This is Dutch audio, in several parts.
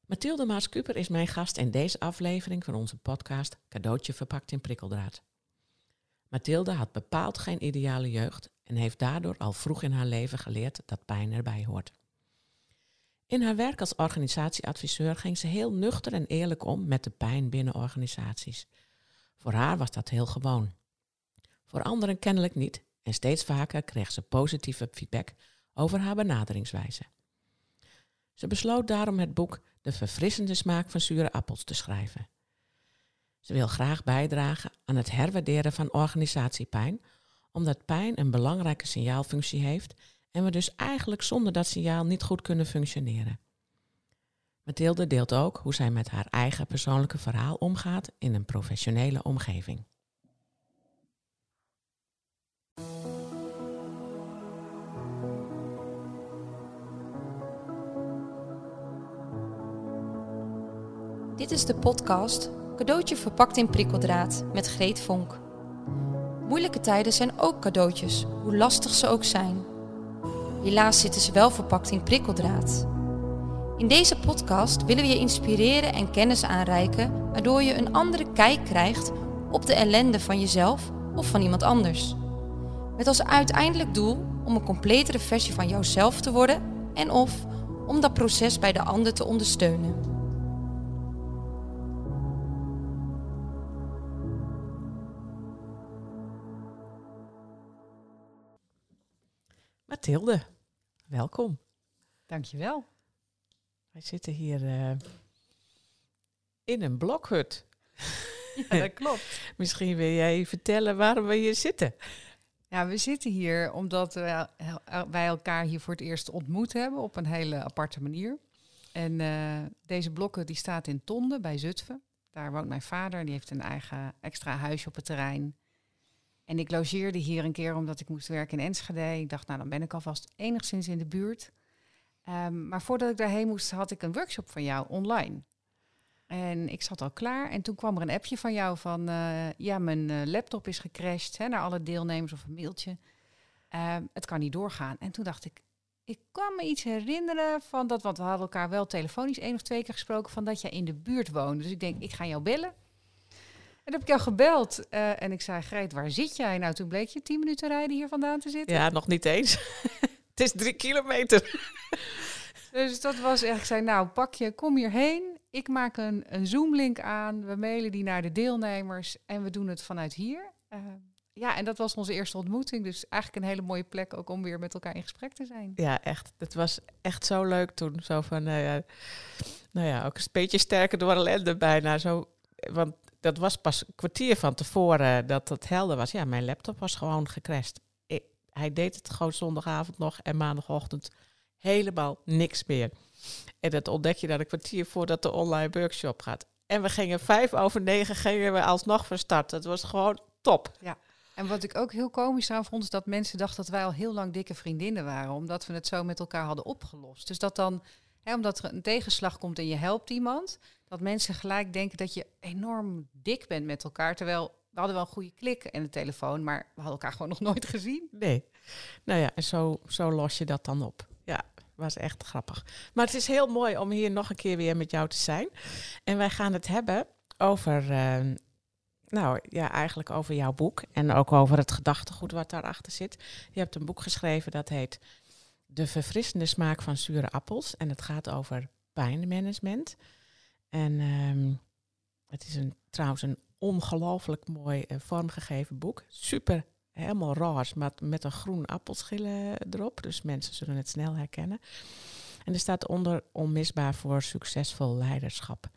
Mathilde Maas-Kuper is mijn gast in deze aflevering van onze podcast Cadeautje verpakt in prikkeldraad. Mathilde had bepaald geen ideale jeugd en heeft daardoor al vroeg in haar leven geleerd dat pijn erbij hoort. In haar werk als organisatieadviseur ging ze heel nuchter en eerlijk om met de pijn binnen organisaties. Voor haar was dat heel gewoon. Voor anderen kennelijk niet en steeds vaker kreeg ze positieve feedback over haar benaderingswijze. Ze besloot daarom het boek De verfrissende smaak van zure appels te schrijven. Ze wil graag bijdragen aan het herwaarderen van organisatiepijn, omdat pijn een belangrijke signaalfunctie heeft en we dus eigenlijk zonder dat signaal niet goed kunnen functioneren. Mathilde deelt ook hoe zij met haar eigen persoonlijke verhaal omgaat in een professionele omgeving. Dit is de podcast Cadeautje verpakt in prikkeldraad met Greet Vonk. Moeilijke tijden zijn ook cadeautjes, hoe lastig ze ook zijn. Helaas zitten ze wel verpakt in prikkeldraad. In deze podcast willen we je inspireren en kennis aanreiken, waardoor je een andere kijk krijgt op de ellende van jezelf of van iemand anders. Met als uiteindelijk doel om een completere versie van jouzelf te worden en of om dat proces bij de ander te ondersteunen. Mathilde, welkom. Dankjewel. Wij zitten hier in een blokhut. Ja, dat klopt. Misschien wil jij vertellen waarom we hier zitten. Ja, we zitten hier omdat wij elkaar hier voor het eerst ontmoet hebben op een hele aparte manier. En deze blokhut die staat in Tonden bij Zutphen. Daar woont mijn vader, die heeft een eigen extra huisje op het terrein. En ik logeerde hier een keer omdat ik moest werken in Enschede. Ik dacht, nou dan ben ik alvast enigszins in de buurt. Maar voordat ik daarheen moest, had ik een workshop van jou online. En ik zat al klaar en toen kwam er een appje van jou van... mijn laptop is gecrashed, naar alle deelnemers of een mailtje. Het kan niet doorgaan. En toen dacht ik kwam me iets herinneren van dat... want we hadden elkaar wel telefonisch 1 of 2 keer gesproken... van dat jij in de buurt woonde. Dus ik denk, ik ga jou bellen. En toen heb ik jou gebeld en ik zei, Greet, waar zit jij? Nou, toen bleek je 10 minuten rijden hier vandaan te zitten. Ja, nog niet eens. Het is 3 kilometer. Dus dat was echt, ik zei, nou, kom hierheen. Ik maak een Zoom-link aan. We mailen die naar de deelnemers en we doen het vanuit hier. En dat was onze eerste ontmoeting. Dus eigenlijk een hele mooie plek ook om weer met elkaar in gesprek te zijn. Ja, echt. Het was echt zo leuk toen. Zo van, ook een beetje sterker door ellende bijna. Zo, want dat was pas een kwartier van tevoren dat het helder was. Ja, mijn laptop was gewoon gecrashed. Hij deed het gewoon zondagavond nog en maandagochtend helemaal niks meer. En dat ontdek je dan een kwartier voordat de online workshop gaat. En we gingen 9:05 gingen we alsnog van start. Het was gewoon top. Ja. En wat ik ook heel komisch aan vond, is dat mensen dachten dat wij al heel lang dikke vriendinnen waren. Omdat we het zo met elkaar hadden opgelost. Dus dat dan, omdat er een tegenslag komt en je helpt iemand, dat mensen gelijk denken dat je enorm dik bent met elkaar. Terwijl we hadden wel een goede klik en de telefoon, maar we hadden elkaar gewoon nog nooit gezien. Nee. Nou ja, en zo los je dat dan op. Ja, was echt grappig. Maar het is heel mooi om hier nog een keer weer met jou te zijn. En wij gaan het hebben over, eigenlijk over jouw boek. En ook over het gedachtegoed wat daarachter zit. Je hebt een boek geschreven dat heet De verfrissende smaak van zure appels. En het gaat over pijnmanagement. En het is trouwens een ongelooflijk mooi vormgegeven boek. Super, helemaal roze, maar met een groen appelschillen erop. Dus mensen zullen het snel herkennen. En er staat onder onmisbaar voor succesvol leiderschap.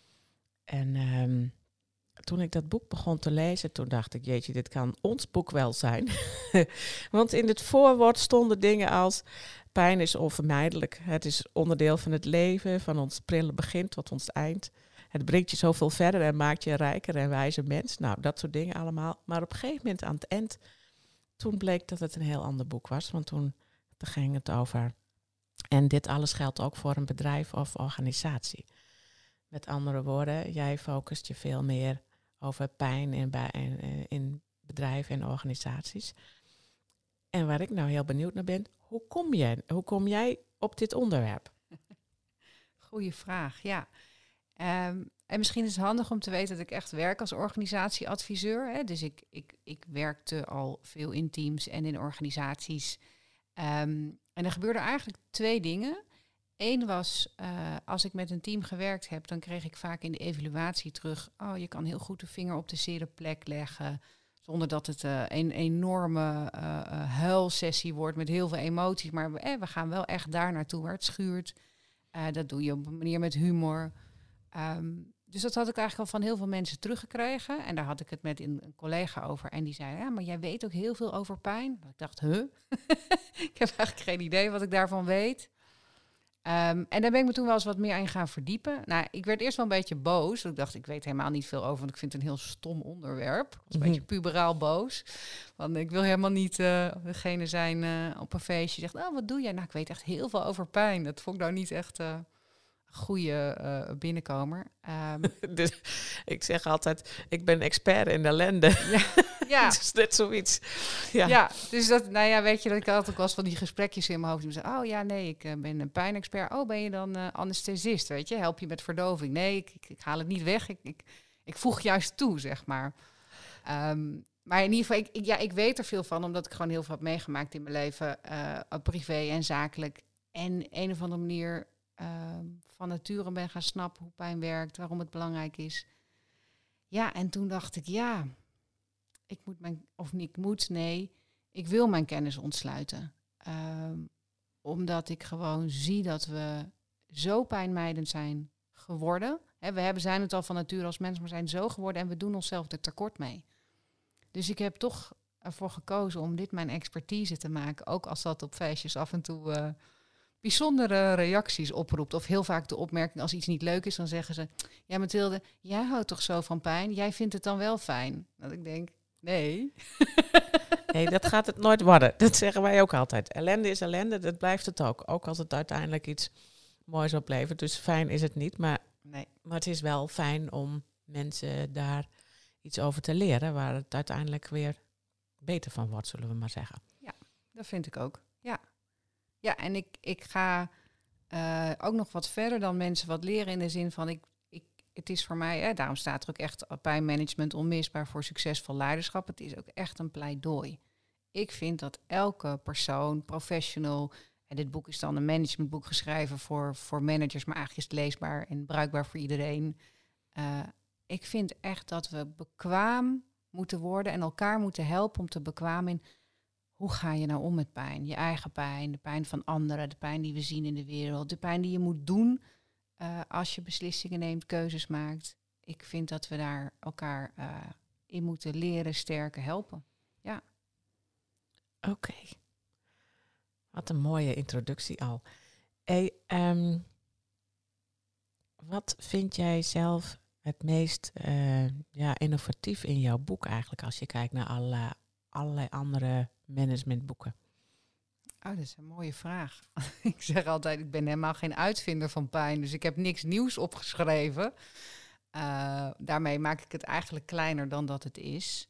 En toen ik dat boek begon te lezen, toen dacht ik, jeetje, dit kan ons boek wel zijn. Want in het voorwoord stonden dingen als: pijn is onvermijdelijk. Het is onderdeel van het leven, van ons prille begin tot ons eind. Het brengt je zoveel verder en maakt je een rijker en wijzer mens. Nou, dat soort dingen allemaal. Maar op een gegeven moment aan het eind, toen bleek dat het een heel ander boek was. Want toen ging het over, en dit alles geldt ook voor een bedrijf of organisatie. Met andere woorden, jij focust je veel meer over pijn in bedrijven en organisaties. En waar ik nou heel benieuwd naar ben, hoe kom jij op dit onderwerp? Goeie vraag, ja. En misschien is het handig om te weten dat ik echt werk als organisatieadviseur. Hè? Dus ik werkte al veel in teams en in organisaties. En er gebeurden eigenlijk 2 dingen. Eén was, als ik met een team gewerkt heb, dan kreeg ik vaak in de evaluatie terug, oh, je kan heel goed de vinger op de zere plek leggen, zonder dat het een enorme huilsessie wordt met heel veel emoties. Maar we gaan wel echt daar naartoe waar het schuurt. Dat doe je op een manier met humor. Dus dat had ik eigenlijk al van heel veel mensen teruggekregen. En daar had ik het met een collega over. En die zei, ja, maar jij weet ook heel veel over pijn. Ik dacht, ik heb eigenlijk geen idee wat ik daarvan weet. En daar ben ik me toen wel eens wat meer in gaan verdiepen. Nou, ik werd eerst wel een beetje boos. Want ik dacht, ik weet helemaal niet veel over, want ik vind het een heel stom onderwerp. Ik was een beetje puberaal boos. Want ik wil helemaal niet degene zijn op een feestje die zegt, oh, wat doe jij? Nou, ik weet echt heel veel over pijn. Dat vond ik nou niet echt een goede binnenkomer. Dus ik zeg altijd, ik ben expert in ellende. Ja. Dat is net zoiets. Ja, dus dat, nou ja, weet je, dat ik had ook wel eens van die gesprekjes in mijn hoofd. Die zei, oh ja, nee, ik ben een pijnexpert. Oh, ben je dan anesthesist, weet je? Help je met verdoving? Nee, ik haal het niet weg. Ik voeg juist toe, zeg maar. Maar in ieder geval, ik weet er veel van, omdat ik gewoon heel veel heb meegemaakt in mijn leven, privé en zakelijk. En een of andere manier van nature ben gaan snappen hoe pijn werkt, waarom het belangrijk is. Ja, en toen dacht ik, ja, ik wil mijn kennis ontsluiten. Omdat ik gewoon zie dat we zo pijnmijdend zijn geworden. We zijn het al van nature als mensen, maar zijn zo geworden en we doen onszelf er tekort mee. Dus ik heb toch ervoor gekozen om dit mijn expertise te maken. Ook als dat op feestjes af en toe bijzondere reacties oproept. Of heel vaak de opmerking, als iets niet leuk is, dan zeggen ze, ja, Mathilde, jij houdt toch zo van pijn? Jij vindt het dan wel fijn? Dat ik denk, nee. Nee, dat gaat het nooit worden. Dat zeggen wij ook altijd. Ellende is ellende, dat blijft het ook. Ook als het uiteindelijk iets moois oplevert. Dus fijn is het niet, maar het is wel fijn om mensen daar iets over te leren, waar het uiteindelijk weer beter van wordt, zullen we maar zeggen. Ja, dat vind ik ook. Ja, en ik ga ook nog wat verder dan mensen wat leren in de zin van, het is voor mij, daarom staat er ook echt pijnmanagement onmisbaar voor succesvol leiderschap. Het is ook echt een pleidooi. Ik vind dat elke persoon, professional, en dit boek is dan een managementboek geschreven voor managers, maar eigenlijk is het leesbaar en bruikbaar voor iedereen. Ik vind echt dat we bekwaam moeten worden en elkaar moeten helpen om te bekwamen in, hoe ga je nou om met pijn? Je eigen pijn, de pijn van anderen, de pijn die we zien in de wereld, de pijn die je moet doen als je beslissingen neemt, keuzes maakt. Ik vind dat we daar elkaar in moeten leren, sterken, helpen. Ja. Oké. Wat een mooie introductie al. Wat vind jij zelf het meest innovatief in jouw boek eigenlijk, als je kijkt naar allerlei andere managementboeken? Oh, dat is een mooie vraag. Ik zeg altijd, ik ben helemaal geen uitvinder van pijn, dus ik heb niks nieuws opgeschreven. Daarmee maak ik het eigenlijk kleiner dan dat het is.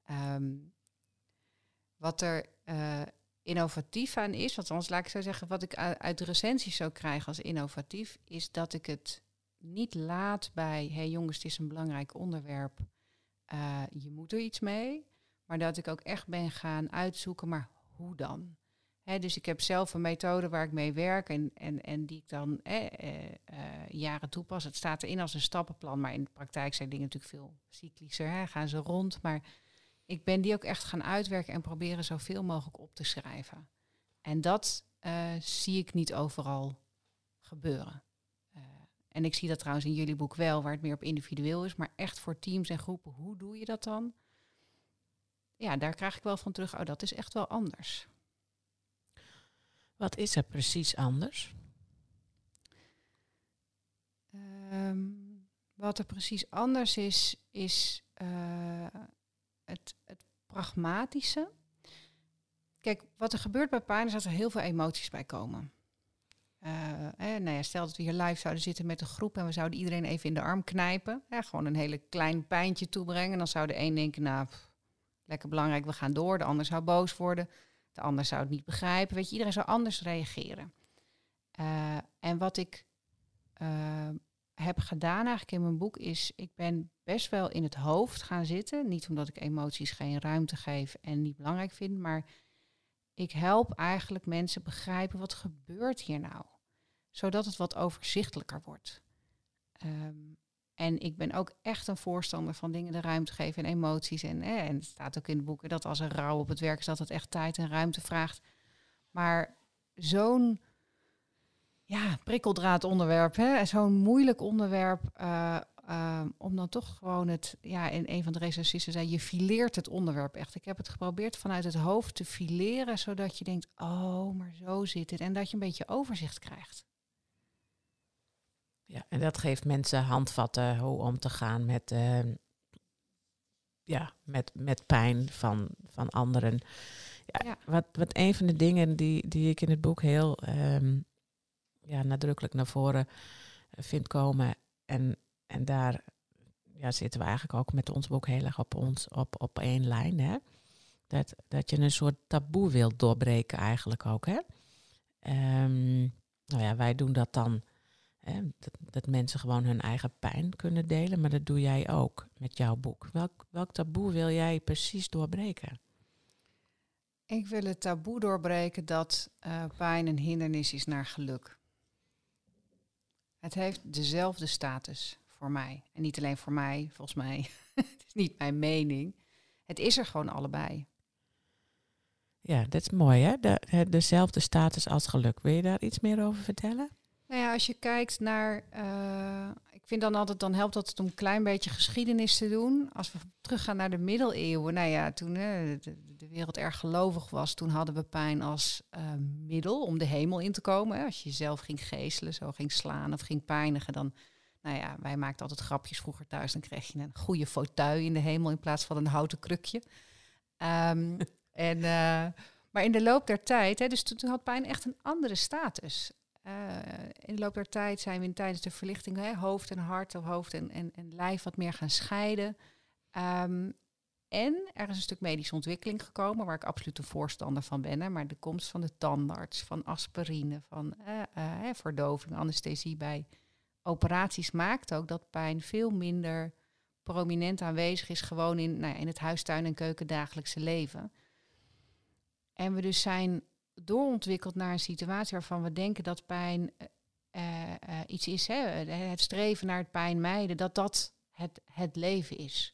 Wat er innovatief aan is, want anders laat ik zo zeggen, wat ik uit de recensies zou krijgen als innovatief, is dat ik het niet laat bij, hey jongens, het is een belangrijk onderwerp, je moet er iets mee. Maar dat ik ook echt ben gaan uitzoeken, maar hoe dan? Dus ik heb zelf een methode waar ik mee werk en die ik dan jaren toepas. Het staat erin als een stappenplan, maar in de praktijk zijn dingen natuurlijk veel cyclischer. Gaan ze rond, maar ik ben die ook echt gaan uitwerken en proberen zoveel mogelijk op te schrijven. En dat zie ik niet overal gebeuren. En ik zie dat trouwens in jullie boek wel, waar het meer op individueel is, maar echt voor teams en groepen, hoe doe je dat dan? Ja, daar krijg ik wel van terug, dat is echt wel anders. Wat is er precies anders? Wat er precies anders is het pragmatische. Kijk, wat er gebeurt bij pijn is dat er heel veel emoties bij komen. Stel dat we hier live zouden zitten met een groep en we zouden iedereen even in de arm knijpen. Gewoon een hele klein pijntje toebrengen. Dan zou de een denken, nou, lekker belangrijk, we gaan door. De ander zou boos worden. De ander zou het niet begrijpen. Weet je, iedereen zou anders reageren. En wat ik heb gedaan eigenlijk in mijn boek is, ik ben best wel in het hoofd gaan zitten. Niet omdat ik emoties geen ruimte geef en niet belangrijk vind, maar ik help eigenlijk mensen begrijpen wat gebeurt hier nou. Zodat het wat overzichtelijker wordt. En ik ben ook echt een voorstander van dingen de ruimte geven en emoties. En het staat ook in de boeken dat als er rouw op het werk is, dat het echt tijd en ruimte vraagt. Maar zo'n prikkeldraad onderwerp, zo'n moeilijk onderwerp, om dan toch gewoon in een van de recensisten zei, je fileert het onderwerp echt. Ik heb het geprobeerd vanuit het hoofd te fileren, zodat je denkt, oh, maar zo zit het. En dat je een beetje overzicht krijgt. Ja, en dat geeft mensen handvatten hoe om te gaan met pijn van anderen. Ja. Wat een van de dingen die ik in het boek heel nadrukkelijk naar voren vind komen. En daar zitten we eigenlijk ook met ons boek heel erg op één lijn. Hè? Dat je een soort taboe wilt doorbreken eigenlijk ook. Hè? Wij doen dat dan. Dat mensen gewoon hun eigen pijn kunnen delen. Maar dat doe jij ook met jouw boek. Welk taboe wil jij precies doorbreken? Ik wil het taboe doorbreken dat pijn een hindernis is naar geluk. Het heeft dezelfde status voor mij. En niet alleen voor mij, volgens mij. Het is niet mijn mening. Het is er gewoon allebei. Ja, dat is mooi, hè? Dezelfde status als geluk. Wil je daar iets meer over vertellen? Nou ja, als je kijkt naar... ik vind dan helpt het om een klein beetje geschiedenis te doen. Als we teruggaan naar de middeleeuwen. Toen de wereld erg gelovig was, toen hadden we pijn als middel om de hemel in te komen. Hè. Als je jezelf ging geeselen, zo ging slaan of ging pijnigen, dan... wij maakten altijd grapjes vroeger thuis. Dan kreeg je een goede fauteuil in de hemel in plaats van een houten krukje. Maar in de loop der tijd, dus toen had pijn echt een andere status. In de loop der tijd zijn we tijdens de verlichting hoofd en hart of hoofd en lijf wat meer gaan scheiden. En er is een stuk medische ontwikkeling gekomen, waar ik absoluut een voorstander van ben. Maar de komst van de tandarts, van aspirine, van verdoving, anesthesie bij operaties maakt ook dat pijn veel minder prominent aanwezig is, gewoon in het huistuin- en keukendagelijkse leven. En we dus zijn doorontwikkeld naar een situatie waarvan we denken dat pijn iets is, het streven naar het pijn mijden, dat het leven is.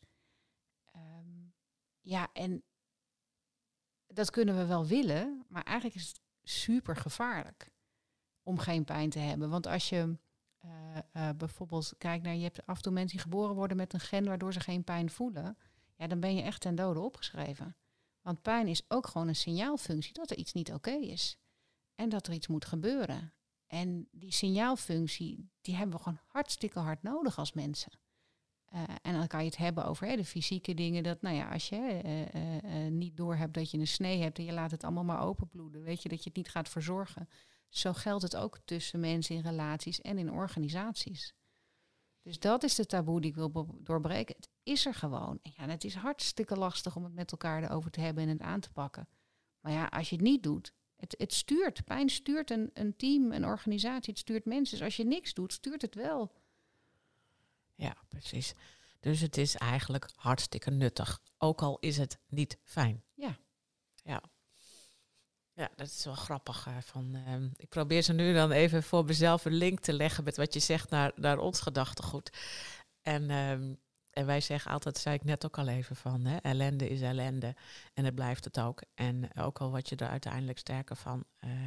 En dat kunnen we wel willen, maar eigenlijk is het super gevaarlijk om geen pijn te hebben. Want als je bijvoorbeeld kijkt naar, je hebt af en toe mensen die geboren worden met een gen waardoor ze geen pijn voelen, dan ben je echt ten dode opgeschreven. Want pijn is ook gewoon een signaalfunctie dat er iets niet oké is. En dat er iets moet gebeuren. En die signaalfunctie, die hebben we gewoon hartstikke hard nodig als mensen. En dan kan je het hebben over de fysieke dingen. Dat als je niet doorhebt dat je een snee hebt en je laat het allemaal maar openbloeden. Weet je dat je het niet gaat verzorgen. Zo geldt het ook tussen mensen in relaties en in organisaties. Dus dat is de taboe die ik wil doorbreken. Het is er gewoon. En het is hartstikke lastig om het met elkaar erover te hebben en het aan te pakken. Maar als je het niet doet, het stuurt. Pijn stuurt een team, een organisatie. Het stuurt mensen. Dus als je niks doet, stuurt het wel. Ja, precies. Dus het is eigenlijk hartstikke nuttig. Ook al is het niet fijn. Ja. Ja, dat is wel grappig. Ik probeer zo nu dan even voor mezelf een link te leggen met wat je zegt naar ons gedachtegoed. En wij zeggen altijd, zei ik net ook al even van, ellende is ellende. En het blijft het ook. En ook al word je er uiteindelijk sterker van,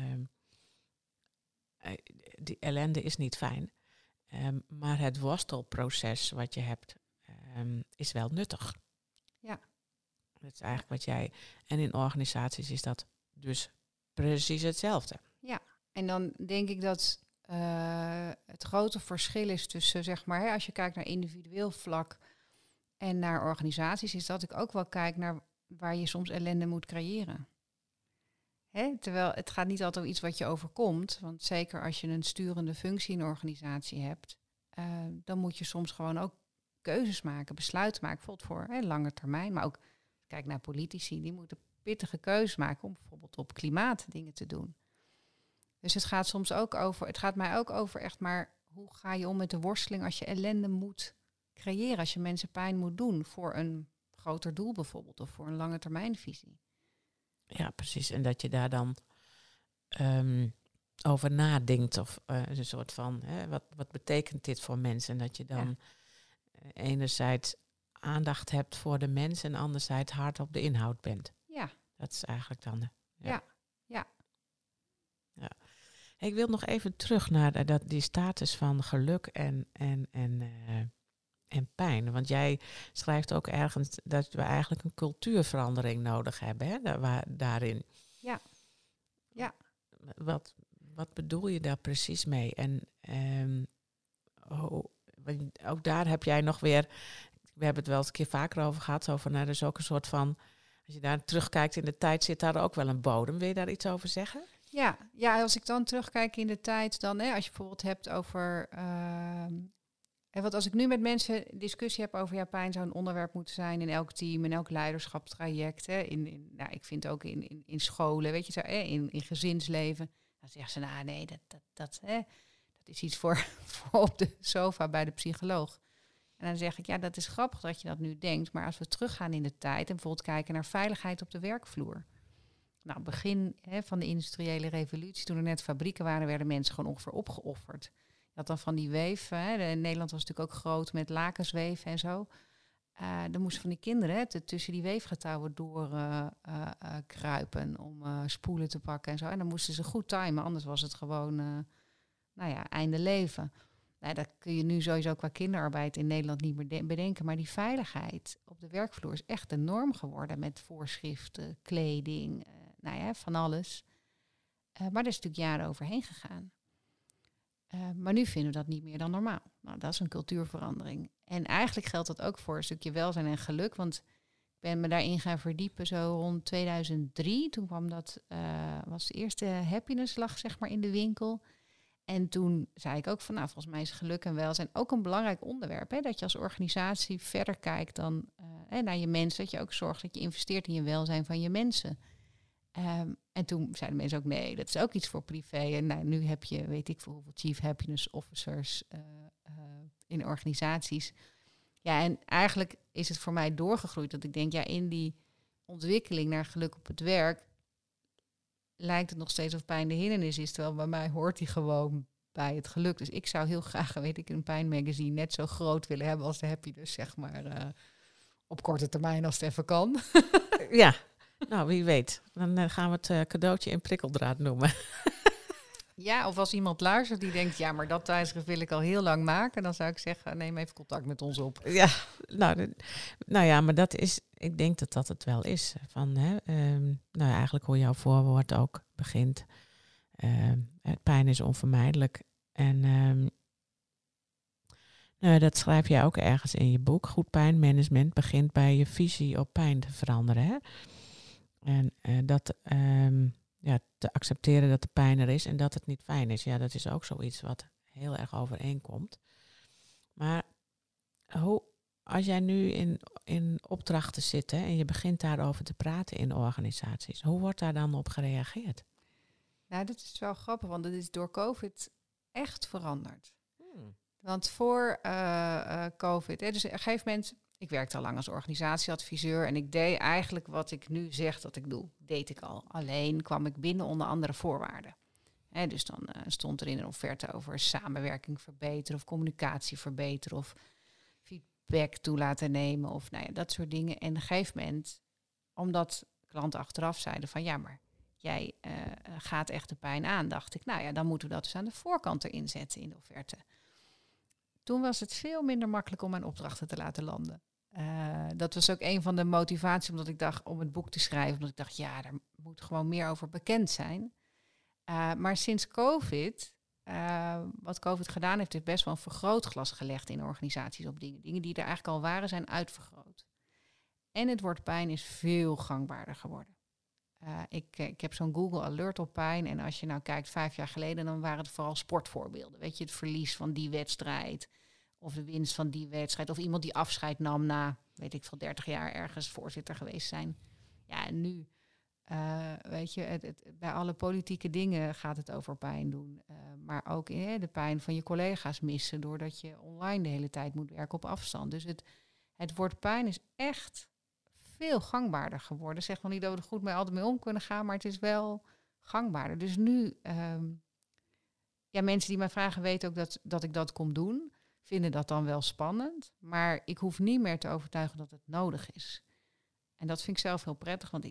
die ellende is niet fijn. Maar het worstelproces wat je hebt, is wel nuttig. Ja. Dat is eigenlijk wat jij... En in organisaties is dat dus precies hetzelfde. Ja, en dan denk ik dat het grote verschil is tussen, zeg maar, als je kijkt naar individueel vlak en naar organisaties, is dat ik ook wel kijk naar waar je soms ellende moet creëren. Terwijl het gaat niet altijd om iets wat je overkomt. Want zeker als je een sturende functie in een organisatie hebt, dan moet je soms gewoon ook keuzes maken, besluiten maken, bijvoorbeeld voor lange termijn. Maar ook, kijk naar politici, die moeten pittige keuzes maken om bijvoorbeeld op klimaat dingen te doen. Dus het gaat soms ook over, het gaat mij ook over echt maar, hoe ga je om met de worsteling als je ellende moet creëren, als je mensen pijn moet doen voor een groter doel bijvoorbeeld of voor een lange termijnvisie. Ja, precies. En dat je daar dan over nadenkt of een soort van, wat betekent dit voor mensen? En dat je dan enerzijds aandacht hebt voor de mens en anderzijds hard op de inhoud bent. Ja. Dat is eigenlijk dan. Ja. Ik wil nog even terug naar die status van geluk en pijn. Want jij schrijft ook ergens dat we eigenlijk een cultuurverandering nodig hebben, hè? Daarin. Ja. Wat bedoel je daar precies mee? En ook daar heb jij nog weer, we hebben het wel eens een keer vaker over gehad, over er is ook een soort van, als je daar terugkijkt in de tijd, zit daar ook wel een bodem. Wil je daar iets over zeggen? Ja, als ik dan terugkijk in de tijd, dan als je bijvoorbeeld hebt over... want als ik nu met mensen discussie heb over pijn zou een onderwerp moeten zijn in elk team, in elk leiderschapstraject. Ik vind ook in scholen, weet je zo, in gezinsleven. Dan zeggen ze, nou nee, dat is iets voor op de sofa bij de psycholoog. En dan zeg ik, ja, dat is grappig dat je dat nu denkt. Maar als we teruggaan in de tijd en bijvoorbeeld kijken naar veiligheid op de werkvloer. Nou, begin van de industriële revolutie, toen er net fabrieken waren, werden mensen gewoon ongeveer opgeofferd. Je had dan van die weef, in Nederland was natuurlijk ook groot met lakensweven en zo. Dan moesten van die kinderen tussen die weefgetouwen door kruipen om spoelen te pakken en zo. En dan moesten ze goed timen, anders was het gewoon einde leven. Nou, dat kun je nu sowieso qua kinderarbeid in Nederland niet meer bedenken. Maar die veiligheid op de werkvloer is echt de norm geworden met voorschriften, kleding, van alles. Maar er is natuurlijk jaren overheen gegaan. Maar nu vinden we dat niet meer dan normaal. Nou, dat is een cultuurverandering. En eigenlijk geldt dat ook voor een stukje welzijn en geluk. Want ik ben me daarin gaan verdiepen zo rond 2003. Toen kwam was de eerste happiness lag zeg maar in de winkel. En toen zei ik ook van, volgens mij is geluk en welzijn ook een belangrijk onderwerp. Hè? Dat je als organisatie verder kijkt dan naar je mensen. Dat je ook zorgt dat je investeert in je welzijn van je mensen. En toen zeiden mensen ook, nee, dat is ook iets voor privé. En nu heb je, weet ik veel hoeveel chief happiness officers in organisaties. Ja, en eigenlijk is het voor mij doorgegroeid dat ik denk, in die ontwikkeling naar geluk op het werk lijkt het nog steeds of pijn de hindernis is. Terwijl bij mij hoort die gewoon bij het geluk. Dus ik zou heel graag, een pijnmagazine net zo groot willen hebben als de happiness, zeg maar. Op korte termijn als het even kan. Ja. Nou, wie weet. Dan gaan we het cadeautje in prikkeldraad noemen. Ja, of als iemand luistert die denkt, maar dat tijdschrift wil ik al heel lang maken. Dan zou ik zeggen, neem even contact met ons op. Ja, maar dat is, ik denk dat dat het wel is. Van, eigenlijk hoe jouw voorwoord ook begint. Pijn is onvermijdelijk. En dat schrijf jij ook ergens in je boek. Goed pijnmanagement begint bij je visie op pijn te veranderen, hè? En te accepteren dat de pijn er is en dat het niet fijn is. Ja, dat is ook zoiets wat heel erg overeenkomt. Maar als jij nu in opdrachten zit en je begint daarover te praten in organisaties, hoe wordt daar dan op gereageerd? Nou, dat is wel grappig, want het is door COVID echt veranderd. Want voor COVID, dus op een gegeven moment, ik werkte al lang als organisatieadviseur en ik deed eigenlijk wat ik nu zeg dat ik doe, deed ik al. Alleen kwam ik binnen onder andere voorwaarden. Dus dan stond er in een offerte over samenwerking verbeteren of communicatie verbeteren of feedback toe laten nemen of dat soort dingen. En op een gegeven moment, omdat klanten achteraf zeiden van maar jij gaat echt de pijn aan, dacht ik, dan moeten we dat dus aan de voorkant erin zetten in de offerte. Toen was het veel minder makkelijk om mijn opdrachten te laten landen. Dat was ook een van de motivaties omdat ik dacht om het boek te schrijven. Omdat ik dacht, daar moet gewoon meer over bekend zijn. Maar sinds COVID, wat COVID gedaan heeft, is best wel een vergrootglas gelegd in organisaties op dingen. Dingen die er eigenlijk al waren, zijn uitvergroot. En het woord pijn is veel gangbaarder geworden. Ik heb zo'n Google Alert op pijn. En als je nou kijkt 5 jaar geleden, dan waren het vooral sportvoorbeelden. Weet je, het verlies van die wedstrijd. Of de winst van die wedstrijd. Of iemand die afscheid nam na, 30 jaar ergens voorzitter geweest zijn. Ja, en nu Weet je, bij alle politieke dingen gaat het over pijn doen. Maar ook de pijn van je collega's missen, doordat je online de hele tijd moet werken op afstand. Dus het woord pijn is echt veel gangbaarder geworden. Zeg nog niet dat we er goed mee altijd mee om kunnen gaan, maar het is wel gangbaarder. Dus nu, mensen die mij vragen weten ook dat ik dat kom doen, vinden dat dan wel spannend. Maar ik hoef niet meer te overtuigen dat het nodig is. En dat vind ik zelf heel prettig, want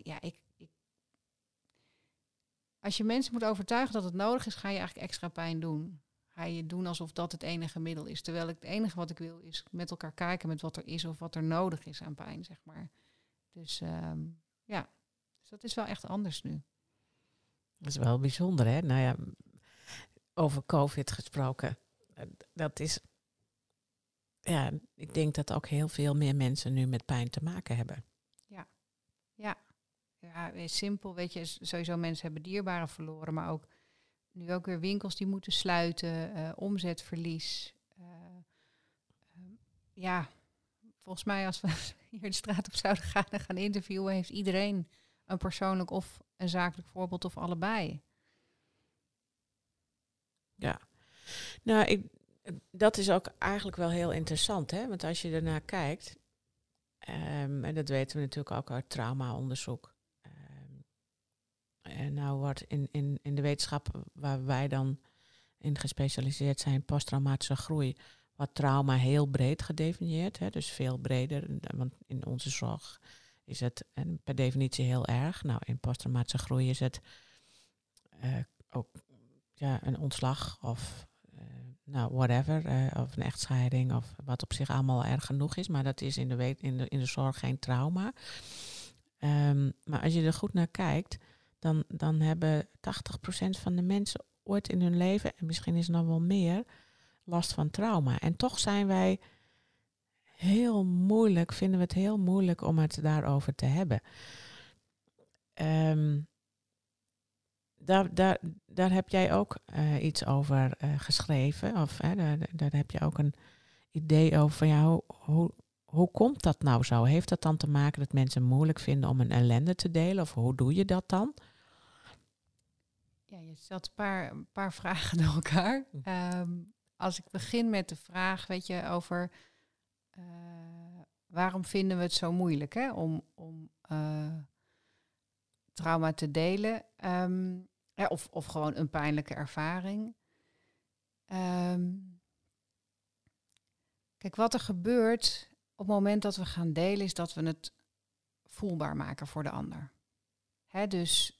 als je mensen moet overtuigen dat het nodig is, ga je eigenlijk extra pijn doen. Ga je doen alsof dat het enige middel is. Terwijl het enige wat ik wil is met elkaar kijken met wat er is of wat er nodig is aan pijn, zeg maar. Dus dus dat is wel echt anders nu. Dat is wel bijzonder, hè? Nou ja, over COVID gesproken. Dat is... Ja, ik denk dat ook heel veel meer mensen nu met pijn te maken hebben. Ja, simpel, weet je, sowieso mensen hebben dierbaren verloren, maar ook nu ook weer winkels die moeten sluiten, omzetverlies. Volgens mij als we hier de straat op zouden gaan en gaan interviewen, heeft iedereen een persoonlijk of een zakelijk voorbeeld of allebei. Ja, nou, dat is ook eigenlijk wel heel interessant, hè? Want als je ernaar kijkt, en dat weten we natuurlijk ook uit traumaonderzoek. En nou wordt in de wetenschap waar wij dan in gespecialiseerd zijn, posttraumatische groei, wordt trauma heel breed gedefinieerd. Hè? Dus veel breder, want in onze zorg is het per definitie heel erg. Nou, in posttraumatische groei is het ook een ontslag of whatever, of een echtscheiding of wat op zich allemaal erg genoeg is. Maar dat is in de zorg geen trauma. Maar als je er goed naar kijkt, dan hebben 80% van de mensen ooit in hun leven, en misschien is het nog wel meer, last van trauma. En toch vinden we het heel moeilijk om het daarover te hebben. Daar heb jij ook iets over geschreven. Of daar heb je ook een idee over van hoe komt dat nou zo? Heeft dat dan te maken dat mensen het moeilijk vinden om een ellende te delen? Of hoe doe je dat dan? Ja, je stelt een paar vragen door elkaar. Als ik begin met de vraag, weet je, over waarom vinden we het zo moeilijk, hè, om trauma te delen, of gewoon een pijnlijke ervaring. Kijk, wat er gebeurt op het moment dat we gaan delen, is dat we het voelbaar maken voor de ander. Dus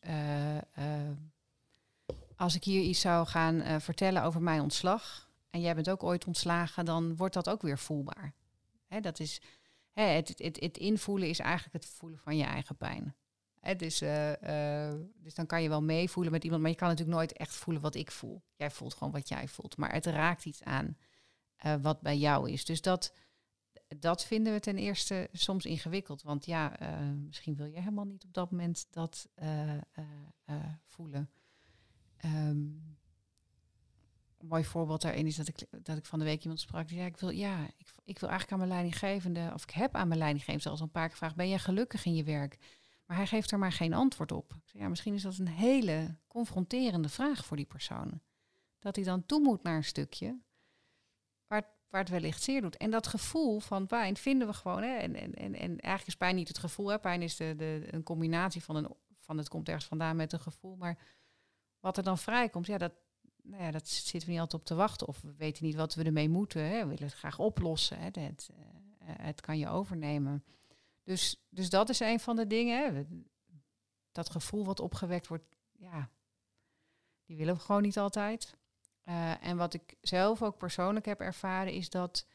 als ik hier iets zou gaan vertellen over mijn ontslag, en jij bent ook ooit ontslagen, dan wordt dat ook weer voelbaar. Dat is, het invoelen is eigenlijk het voelen van je eigen pijn. Dus dan kan je wel meevoelen met iemand, maar je kan natuurlijk nooit echt voelen wat ik voel. Jij voelt gewoon wat jij voelt, maar het raakt iets aan wat bij jou is. Dus dat vinden we ten eerste soms ingewikkeld. Want misschien wil je helemaal niet op dat moment dat voelen. Een mooi voorbeeld daarin is dat ik van de week iemand sprak. Die zei, ik wil eigenlijk aan mijn leidinggevende, of ik heb aan mijn leidinggevende zelfs al een paar keer gevraagd, ben jij gelukkig in je werk? Maar hij geeft er maar geen antwoord op. Ik zei, misschien is dat een hele confronterende vraag voor die persoon. Dat hij dan toe moet naar een stukje waar het wellicht zeer doet. En dat gevoel van pijn vinden we gewoon. En eigenlijk is pijn niet het gevoel. Hè. Pijn is een combinatie van het komt ergens vandaan met een gevoel. Maar wat er dan vrijkomt, dat zitten we niet altijd op te wachten. Of we weten niet wat we ermee moeten. Hè. We willen het graag oplossen. Hè. Het kan je overnemen. Dus dat is een van de dingen. Hè. Dat gevoel wat opgewekt wordt, die willen we gewoon niet altijd. En wat ik zelf ook persoonlijk heb ervaren is dat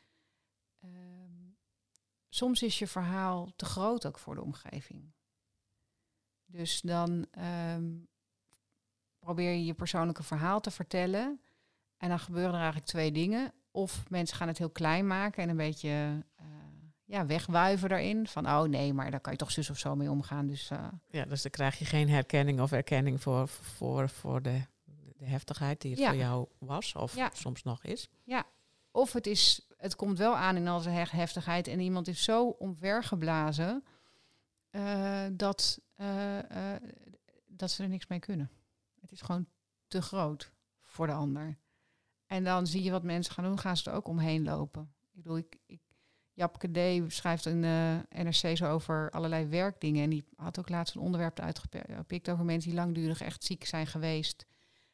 soms is je verhaal te groot ook voor de omgeving. Dus dan probeer je persoonlijke verhaal te vertellen en dan gebeuren er eigenlijk twee dingen. Of mensen gaan het heel klein maken en een beetje wegwuiven daarin. Van, oh nee, maar daar kan je toch zus of zo mee omgaan. Dus dan krijg je geen herkenning of erkenning voor de heftigheid die het voor jou was of soms nog is. Ja, of het komt wel aan in al zijn heftigheid en iemand is zo omvergeblazen dat ze er niks mee kunnen. Het is gewoon te groot voor de ander. En dan zie je wat mensen gaan doen, gaan ze er ook omheen lopen. Ik bedoel, Japke D. schrijft een NRC zo over allerlei werkdingen. En die had ook laatst een onderwerp uitgepikt over mensen die langdurig echt ziek zijn geweest.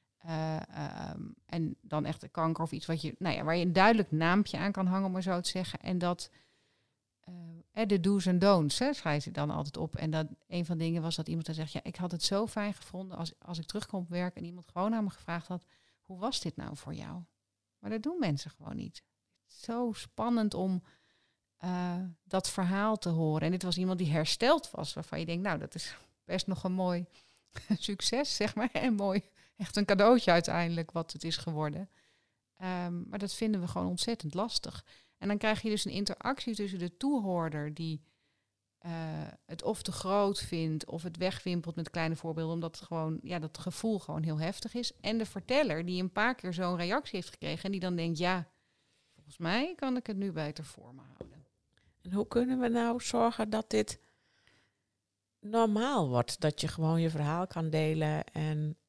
En dan echt de kanker of iets waar je een duidelijk naampje aan kan hangen, om maar zo te zeggen. En dat de do's en don'ts, schrijft hij dan altijd op. En dat een van de dingen was dat iemand dan zegt, ik had het zo fijn gevonden als ik terugkom op werk en iemand gewoon aan me gevraagd had, hoe was dit nou voor jou? Maar dat doen mensen gewoon niet. Het is zo spannend om dat verhaal te horen. En dit was iemand die hersteld was, waarvan je denkt, dat is best nog een mooi succes, zeg maar. En mooi, echt een cadeautje uiteindelijk wat het is geworden. Maar dat vinden we gewoon ontzettend lastig. En dan krijg je dus een interactie tussen de toehoorder die het of te groot vindt of het wegwimpelt met kleine voorbeelden, omdat het gewoon, dat gevoel gewoon heel heftig is. En de verteller die een paar keer zo'n reactie heeft gekregen en die dan denkt, volgens mij kan ik het nu beter voor me houden. En hoe kunnen we nou zorgen dat dit normaal wordt? Dat je gewoon je verhaal kan delen en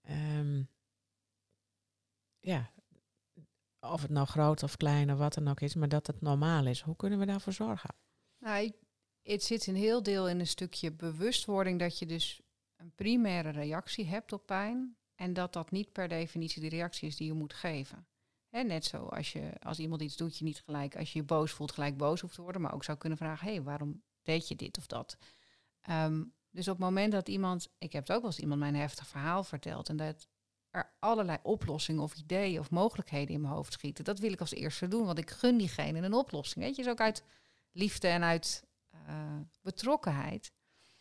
of het nou groot of klein of wat dan ook is, maar dat het normaal is. Hoe kunnen we daarvoor zorgen? Nou, het zit een heel deel in een stukje bewustwording dat je dus een primaire reactie hebt op pijn en dat niet per definitie de reactie is die je moet geven. Net zo als iemand iets doet, je niet gelijk, als je je boos voelt, gelijk boos hoeft te worden, maar ook zou kunnen vragen, waarom deed je dit of dat? Dus op het moment dat ik heb het ook wel eens iemand mijn heftig verhaal verteld en dat er allerlei oplossingen of ideeën of mogelijkheden in mijn hoofd schieten, dat wil ik als eerste doen, want ik gun diegene een oplossing. Weet je, is ook uit liefde en uit betrokkenheid.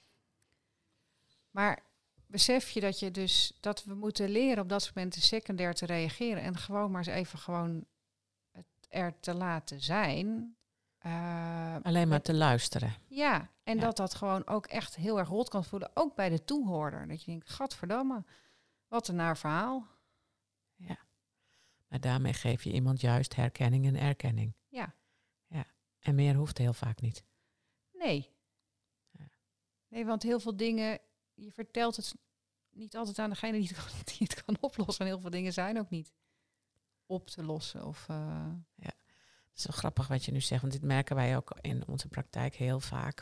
Maar besef je dat we moeten leren op dat soort momenten secundair te reageren en gewoon maar eens even het er te laten zijn. Alleen maar te luisteren. Ja, en dat gewoon ook echt heel erg rot kan voelen, ook bij de toehoorder. Dat je denkt, gadverdamme, wat een naar verhaal. Ja, maar daarmee geef je iemand juist herkenning en erkenning. Ja. En meer hoeft heel vaak niet. Nee. Nee, want heel veel dingen, je vertelt het niet altijd aan degene die het kan oplossen. En heel veel dingen zijn ook niet op te lossen. Ja, het is zo grappig wat je nu zegt, want dit merken wij ook in onze praktijk heel vaak.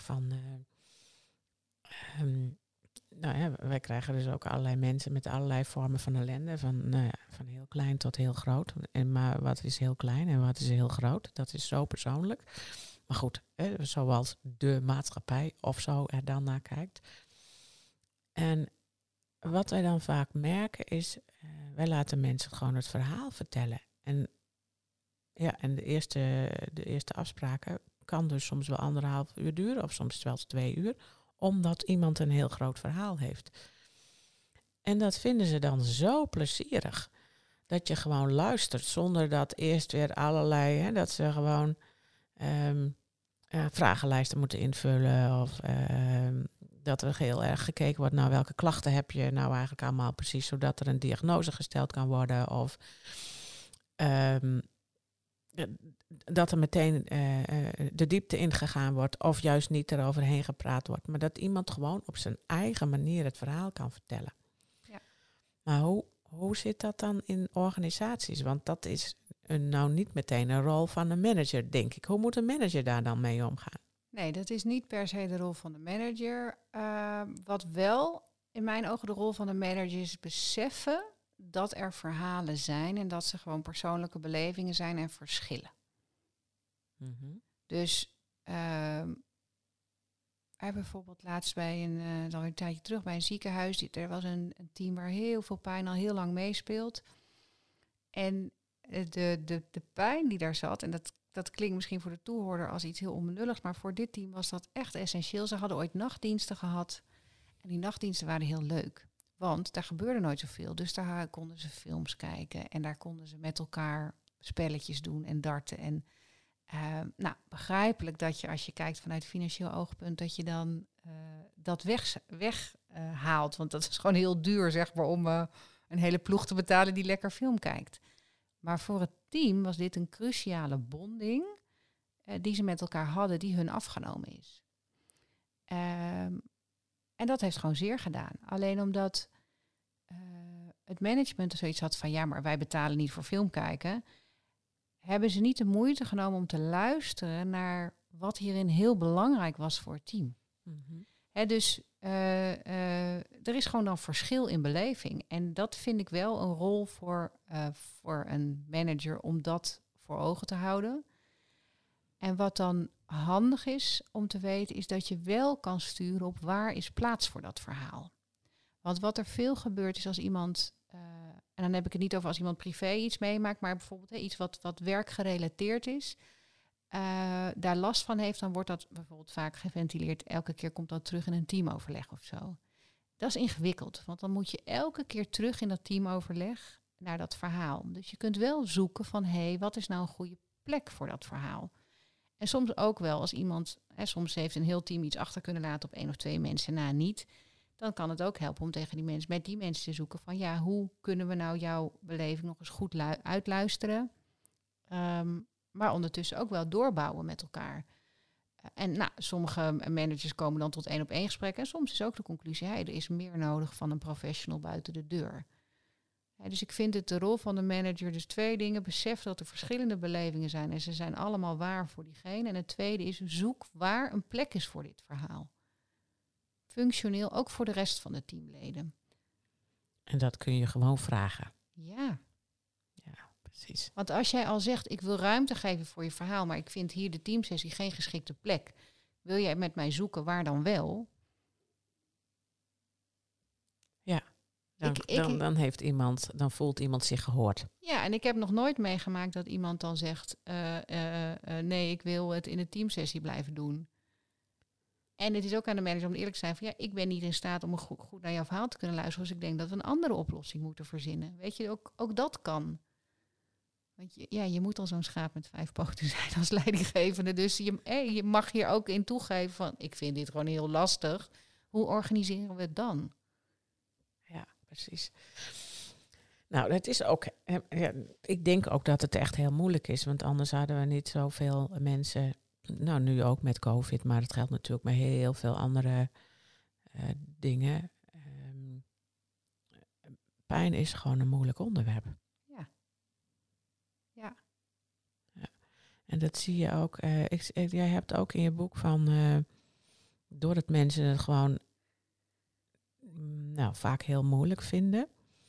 Wij krijgen dus ook allerlei mensen met allerlei vormen van ellende. Van heel klein tot heel groot. Maar wat is heel klein en wat is heel groot? Dat is zo persoonlijk. Maar goed, zoals de maatschappij of zo er dan naar kijkt. En wat wij dan vaak merken is, wij laten mensen gewoon het verhaal vertellen. En de eerste afspraken kan dus soms wel 1,5 uur duren of soms wel 2 uur. Omdat iemand een heel groot verhaal heeft. En dat vinden ze dan zo plezierig. Dat je gewoon luistert zonder dat eerst weer allerlei, dat ze gewoon vragenlijsten moeten invullen. Of dat er heel erg gekeken wordt naar welke klachten heb je nou eigenlijk allemaal precies. Zodat er een diagnose gesteld kan worden. Of dat er meteen de diepte ingegaan wordt. Of juist niet eroverheen gepraat wordt. Maar dat iemand gewoon op zijn eigen manier het verhaal kan vertellen. Ja. Maar hoe zit dat dan in organisaties? Want dat is nou niet meteen een rol van een manager, denk ik. Hoe moet een manager daar dan mee omgaan? Nee, dat is niet per se de rol van de manager. Wat wel in mijn ogen de rol van de manager is beseffen dat er verhalen zijn en dat ze gewoon persoonlijke belevingen zijn en verschillen. Mm-hmm. Dus bijvoorbeeld laatst bij al een tijdje terug bij een ziekenhuis. Er was een team waar heel veel pijn al heel lang meespeelt. En de pijn die daar zat, en dat klinkt misschien voor de toehoorder als iets heel onbenulligs, maar voor dit team was dat echt essentieel. Ze hadden ooit nachtdiensten gehad en die nachtdiensten waren heel leuk. Want daar gebeurde nooit zoveel. Dus daar konden ze films kijken en daar konden ze met elkaar spelletjes doen en darten. En begrijpelijk dat je als je kijkt vanuit financieel oogpunt, dat je dan dat weghaalt. Want dat is gewoon heel duur, zeg maar, om een hele ploeg te betalen die lekker film kijkt. Maar voor het team was dit een cruciale bonding die ze met elkaar hadden, die hun afgenomen is. En dat heeft gewoon zeer gedaan. Alleen omdat het management er zoiets had van... ja, maar wij betalen niet voor film kijken... hebben ze niet de moeite genomen om te luisteren naar wat hierin heel belangrijk was voor het team. Mm-hmm. Dus er is gewoon dan verschil in beleving. En dat vind ik wel een rol voor een manager om dat voor ogen te houden. En wat dan handig is om te weten, is dat je wel kan sturen op waar is plaats voor dat verhaal. Want wat er veel gebeurt is als iemand, en dan heb ik het niet over als iemand privé iets meemaakt, maar bijvoorbeeld iets wat werkgerelateerd is, daar last van heeft, dan wordt dat bijvoorbeeld vaak geventileerd. Elke keer komt dat terug in een teamoverleg of zo. Dat is ingewikkeld, want dan moet je elke keer terug in dat teamoverleg naar dat verhaal. Dus je kunt wel zoeken van, wat is nou een goede plek voor dat verhaal? En soms ook wel als iemand, soms heeft een heel team iets achter kunnen laten op 1 of 2 mensen na niet. Dan kan het ook helpen om tegen die mensen, met die mensen te zoeken van, hoe kunnen we nou jouw beleving nog eens goed uitluisteren? Maar ondertussen ook wel doorbouwen met elkaar. En sommige managers komen dan tot 1-op-1 gesprekken. En soms is ook de conclusie, er is meer nodig van een professional buiten de deur. Dus ik vind het de rol van de manager, dus 2 dingen. Besef dat er verschillende belevingen zijn en ze zijn allemaal waar voor diegene. En het tweede is, zoek waar een plek is voor dit verhaal. Functioneel, ook voor de rest van de teamleden. En dat kun je gewoon vragen. Ja. Ja, precies. Want als jij al zegt, ik wil ruimte geven voor je verhaal, maar ik vind hier de teamsessie geen geschikte plek. Wil jij met mij zoeken, waar dan wel? Ja. Dan voelt iemand zich gehoord. Ja, en ik heb nog nooit meegemaakt dat iemand dan zegt, nee, ik wil het in de teamsessie blijven doen. En het is ook aan de manager om eerlijk te zijn van, ik ben niet in staat om goed naar jouw verhaal te kunnen luisteren, dus ik denk dat we een andere oplossing moeten verzinnen. Weet je, ook dat kan. Want je moet al zo'n schaap met 5 poten zijn als leidinggevende. Dus je mag hier ook in toegeven van, ik vind dit gewoon heel lastig. Hoe organiseren we het dan? Ja, precies. Nou, dat is ook. Ik denk ook dat het echt heel moeilijk is, want anders hadden we niet zoveel mensen. Nou, nu ook met COVID, maar het geldt natuurlijk met heel veel andere dingen. Pijn is gewoon een moeilijk onderwerp. Ja. En dat zie je ook. Jij hebt ook in je boek van doordat mensen het gewoon vaak heel moeilijk vinden,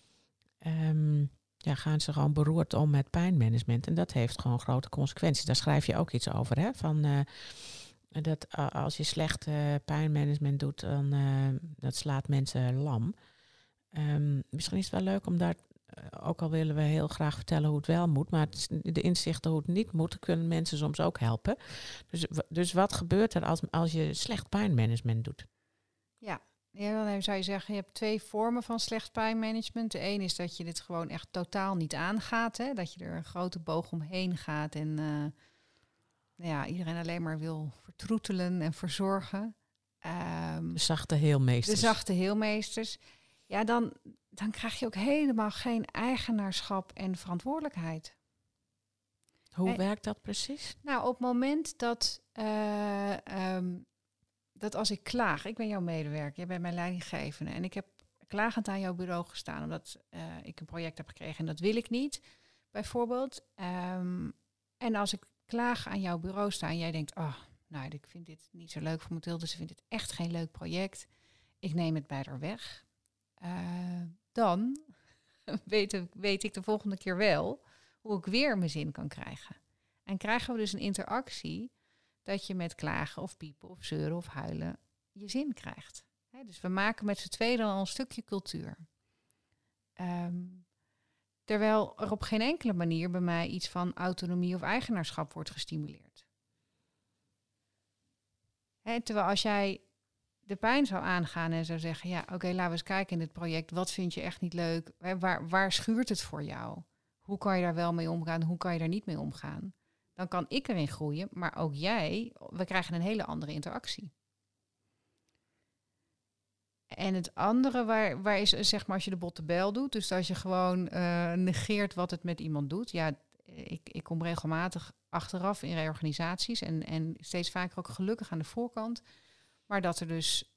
gaan ze gewoon beroerd om met pijnmanagement. En dat heeft gewoon grote consequenties. Daar schrijf je ook iets over, hè? Van dat als je slecht pijnmanagement doet, dan dat slaat mensen lam. Misschien is het wel leuk om daar, ook al willen we heel graag vertellen hoe het wel moet, maar de inzichten hoe het niet moet, kunnen mensen soms ook helpen. Dus wat gebeurt er als je slecht pijnmanagement doet? Ja, dan zou je zeggen, je hebt 2 vormen van slecht pijnmanagement. De een is dat je dit gewoon echt totaal niet aangaat. Hè? Dat je er een grote boog omheen gaat en iedereen alleen maar wil vertroetelen en verzorgen. De zachte heelmeesters. De zachte heelmeesters. Ja, dan krijg je ook helemaal geen eigenaarschap en verantwoordelijkheid. Hoe werkt dat precies? Nou, op het moment dat als ik klaag, ik ben jouw medewerker, jij bent mijn leidinggevende en ik heb klagend aan jouw bureau gestaan omdat ik een project heb gekregen en dat wil ik niet, bijvoorbeeld. En als ik klaag aan jouw bureau sta en jij denkt, ik vind dit niet zo leuk voor Mathilde, dus ik vind dit echt geen leuk project, ik neem het bij haar weg. Dan weet ik de volgende keer wel hoe ik weer mijn zin kan krijgen. En krijgen we dus een interactie dat je met klagen of piepen of zeuren of huilen je zin krijgt. Dus we maken met z'n tweeën al een stukje cultuur. Terwijl er op geen enkele manier bij mij iets van autonomie of eigenaarschap wordt gestimuleerd. Terwijl als jij de pijn zou aangaan en zou zeggen, laten we eens kijken in dit project, wat vind je echt niet leuk? Waar schuurt het voor jou? Hoe kan je daar wel mee omgaan? Hoe kan je daar niet mee omgaan? Dan kan ik erin groeien, maar ook jij. We krijgen een hele andere interactie. En het andere, waar is, zeg maar, als je de botte bijl doet, dus als je gewoon negeert wat het met iemand doet. Ja, ik kom regelmatig achteraf in reorganisaties en steeds vaker ook gelukkig aan de voorkant. Maar dat er dus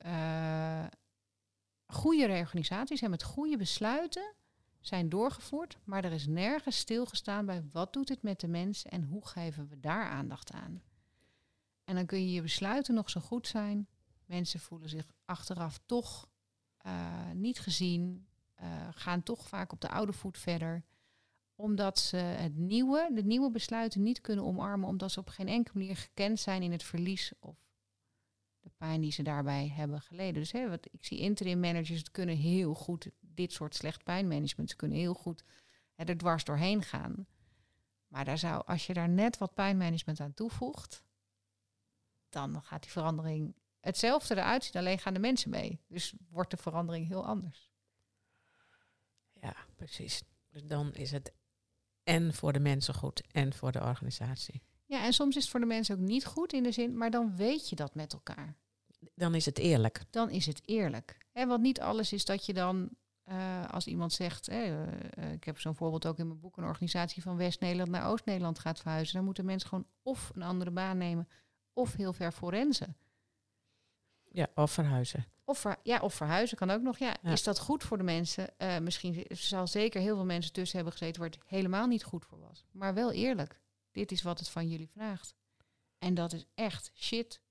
goede reorganisaties en met goede besluiten zijn doorgevoerd. Maar er is nergens stilgestaan bij wat doet het met de mens en hoe geven we daar aandacht aan. En dan kun je besluiten nog zo goed zijn. Mensen voelen zich achteraf toch niet gezien. Gaan toch vaak op de oude voet verder. Omdat ze de nieuwe besluiten niet kunnen omarmen. Omdat ze op geen enkele manier gekend zijn in het verlies of de pijn die ze daarbij hebben geleden. Dus ik zie interim managers, het kunnen heel goed dit soort slecht pijnmanagement. Ze kunnen heel goed er dwars doorheen gaan. Maar als je daar net wat pijnmanagement aan toevoegt, dan gaat die verandering hetzelfde eruit zien, alleen gaan de mensen mee. Dus wordt de verandering heel anders. Ja, precies. Dus dan is het en voor de mensen goed en voor de organisatie. Ja, en soms is het voor de mensen ook niet goed in de zin, maar dan weet je dat met elkaar. Dan is het eerlijk. Dan is het eerlijk. Want niet alles is dat je dan, als iemand zegt, ik heb zo'n voorbeeld ook in mijn boek, een organisatie van West-Nederland naar Oost-Nederland gaat verhuizen. Dan moeten mensen gewoon of een andere baan nemen of heel ver forensen. Ja, of verhuizen. Of verhuizen kan ook nog. Ja. Is dat goed voor de mensen? Misschien zal zeker heel veel mensen tussen hebben gezeten waar het helemaal niet goed voor was. Maar wel eerlijk. Dit is wat het van jullie vraagt. En dat is echt shit.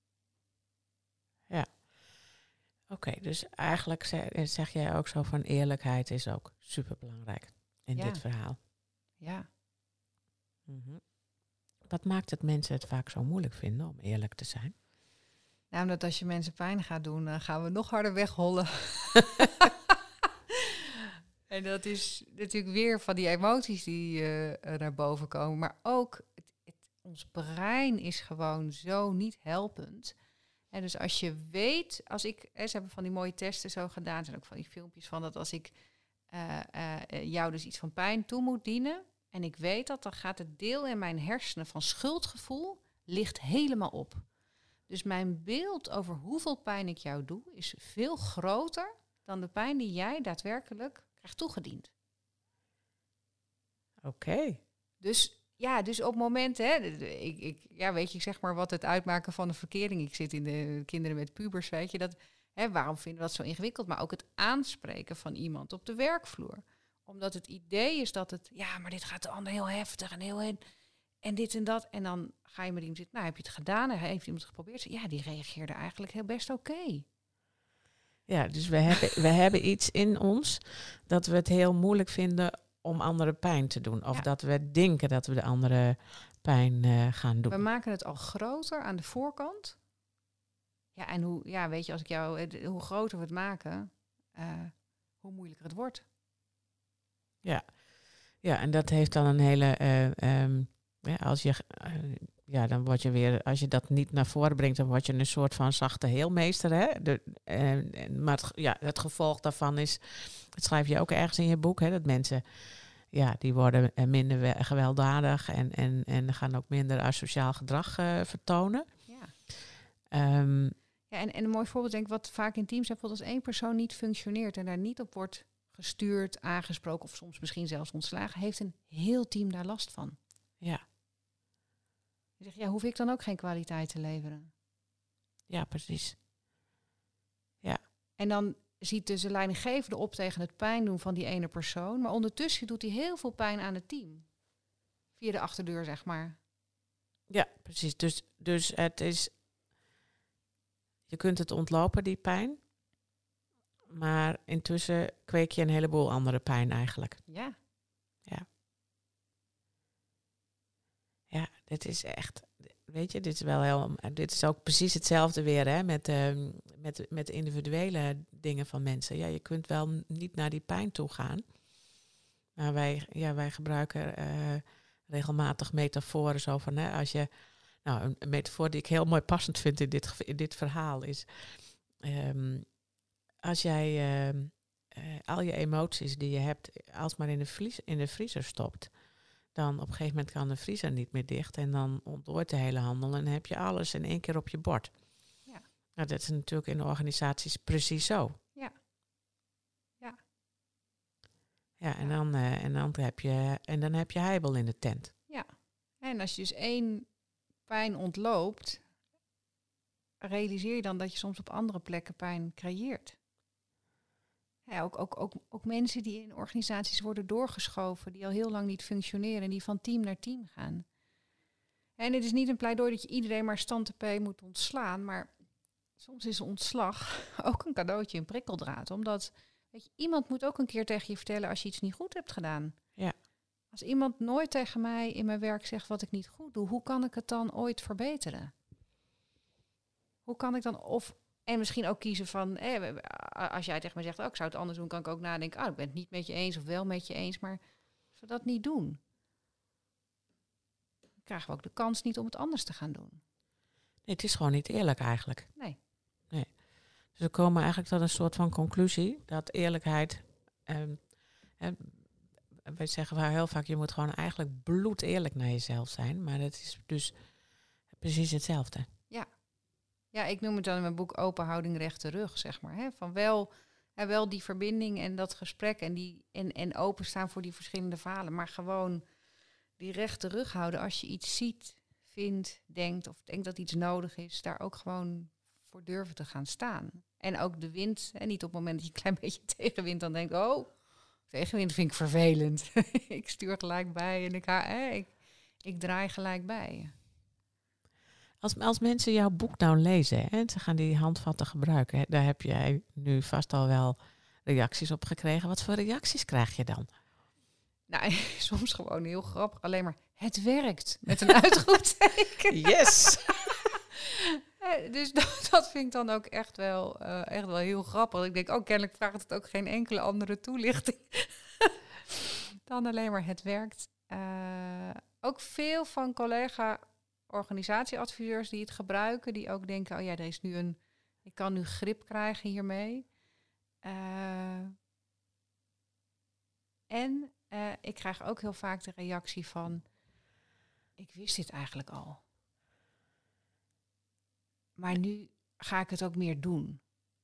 Ja. Oké, dus eigenlijk zeg jij ook zo van eerlijkheid is ook superbelangrijk in dit verhaal. Ja. Mm-hmm. Wat maakt het mensen het vaak zo moeilijk vinden om eerlijk te zijn? Nou, omdat als je mensen pijn gaat doen, dan gaan we nog harder weghollen. En dat is natuurlijk weer van die emoties die naar boven komen. Maar ook, ons brein is gewoon zo niet helpend. En dus als je weet, ze hebben van die mooie testen zo gedaan, er zijn ook van die filmpjes van dat als ik jou dus iets van pijn toe moet dienen, en ik weet dat, dan gaat het deel in mijn hersenen van schuldgevoel ligt helemaal op. Dus mijn beeld over hoeveel pijn ik jou doe is veel groter dan de pijn die jij daadwerkelijk krijgt toegediend. Oké. Dus op het moment, ik zeg maar wat het uitmaken van een verkering. Ik zit in de kinderen met pubers, weet je dat. Waarom vinden we dat zo ingewikkeld? Maar ook het aanspreken van iemand op de werkvloer. Omdat het idee is dat maar dit gaat de ander heel heftig en heel en dit en dat. En dan ga je met iemand zitten, heb je het gedaan? En heeft iemand het geprobeerd? Ja, die reageerde eigenlijk heel best oké. Ja, dus we hebben iets in ons dat we het heel moeilijk vinden om anderen pijn te doen. Of dat we denken dat we de andere pijn gaan doen. We maken het al groter aan de voorkant. Ja, en als ik hoe groter we het maken, hoe moeilijker het wordt. Ja, en dat heeft dan een hele... dan word je weer, als je dat niet naar voren brengt, dan word je een soort van zachte heelmeester. Hè? Maar het gevolg daarvan is, dat schrijf je ook ergens in je boek, hè, dat mensen, die worden minder gewelddadig en gaan ook minder asociaal gedrag vertonen. Ja. En een mooi voorbeeld, denk ik, wat vaak in teams hebt, als één persoon niet functioneert en daar niet op wordt gestuurd, aangesproken of soms misschien zelfs ontslagen, heeft een heel team daar last van. Ja. Je zegt, hoef ik dan ook geen kwaliteit te leveren? Ja, precies. Ja. En dan ziet dus de leidinggevende op tegen het pijn doen van die ene persoon. Maar ondertussen doet hij heel veel pijn aan het team. Via de achterdeur, zeg maar. Ja, precies. Dus het is... Je kunt het ontlopen, die pijn. Maar intussen kweek je een heleboel andere pijn eigenlijk. Ja. Ja, dit is echt... Weet je, dit is ook precies hetzelfde weer, hè, met de individuele dingen van mensen. Ja, je kunt wel niet naar die pijn toe gaan. Maar wij gebruiken regelmatig metaforen zo van, als je... Nou, een metafoor die ik heel mooi passend vind in dit verhaal is... als jij al je emoties die je hebt alsmaar in de vriezer stopt... dan op een gegeven moment kan de vriezer niet meer dicht... en dan ontdooit de hele handel en heb je alles in één keer op je bord. Ja. Nou, dat is natuurlijk in organisaties precies zo. Ja. Ja, en dan heb je heibel in de tent. Ja. En als je dus één pijn ontloopt... realiseer je dan dat je soms op andere plekken pijn creëert. Ja, ook mensen die in organisaties worden doorgeschoven, die al heel lang niet functioneren en die van team naar team gaan. En het is niet een pleidooi dat je iedereen maar stand-te-p moet ontslaan, maar soms is een ontslag ook een cadeautje in prikkeldraad. Omdat, weet je, iemand moet ook een keer tegen je vertellen als je iets niet goed hebt gedaan. Ja. Als iemand nooit tegen mij in mijn werk zegt wat ik niet goed doe, hoe kan ik het dan ooit verbeteren? Hoe kan ik dan, en misschien ook kiezen van, als jij tegen mij zegt, ik zou het anders doen, kan ik ook nadenken, ik ben het niet met je eens of wel met je eens, maar als we dat niet doen, dan krijgen we ook de kans niet om het anders te gaan doen. Nee, het is gewoon niet eerlijk eigenlijk. Nee. Dus we komen eigenlijk tot een soort van conclusie dat eerlijkheid, wij zeggen wel heel vaak, je moet gewoon eigenlijk bloedeerlijk naar jezelf zijn, maar het is dus precies hetzelfde. Ja, ik noem het dan in mijn boek open houding, rechte rug, zeg maar. Hè? Van wel die verbinding en dat gesprek en openstaan voor die verschillende verhalen. Maar gewoon die rechte rug houden als je iets ziet, vindt, denkt of denkt dat iets nodig is. Daar ook gewoon voor durven te gaan staan. En ook de wind, en niet op het moment dat je een klein beetje tegenwind dan denkt, tegenwind vind ik vervelend. Ik stuur gelijk bij en ik draai gelijk bij. Als mensen jouw boek nou lezen en ze gaan die handvatten gebruiken, daar heb jij nu vast al wel reacties op gekregen. Wat voor reacties krijg je dan? Nou, soms gewoon heel grappig. Alleen maar, het werkt. Met een uitroepteken. Yes! Dus dat vind ik dan ook echt wel heel grappig. Ik denk, kennelijk vraagt het ook geen enkele andere toelichting. Dan alleen maar, het werkt. Ook veel van collega-organisatieadviseurs die het gebruiken, die ook denken, er is nu ik kan nu grip krijgen hiermee. Ik krijg ook heel vaak de reactie van, ik wist dit eigenlijk al. Maar nu ga ik het ook meer doen.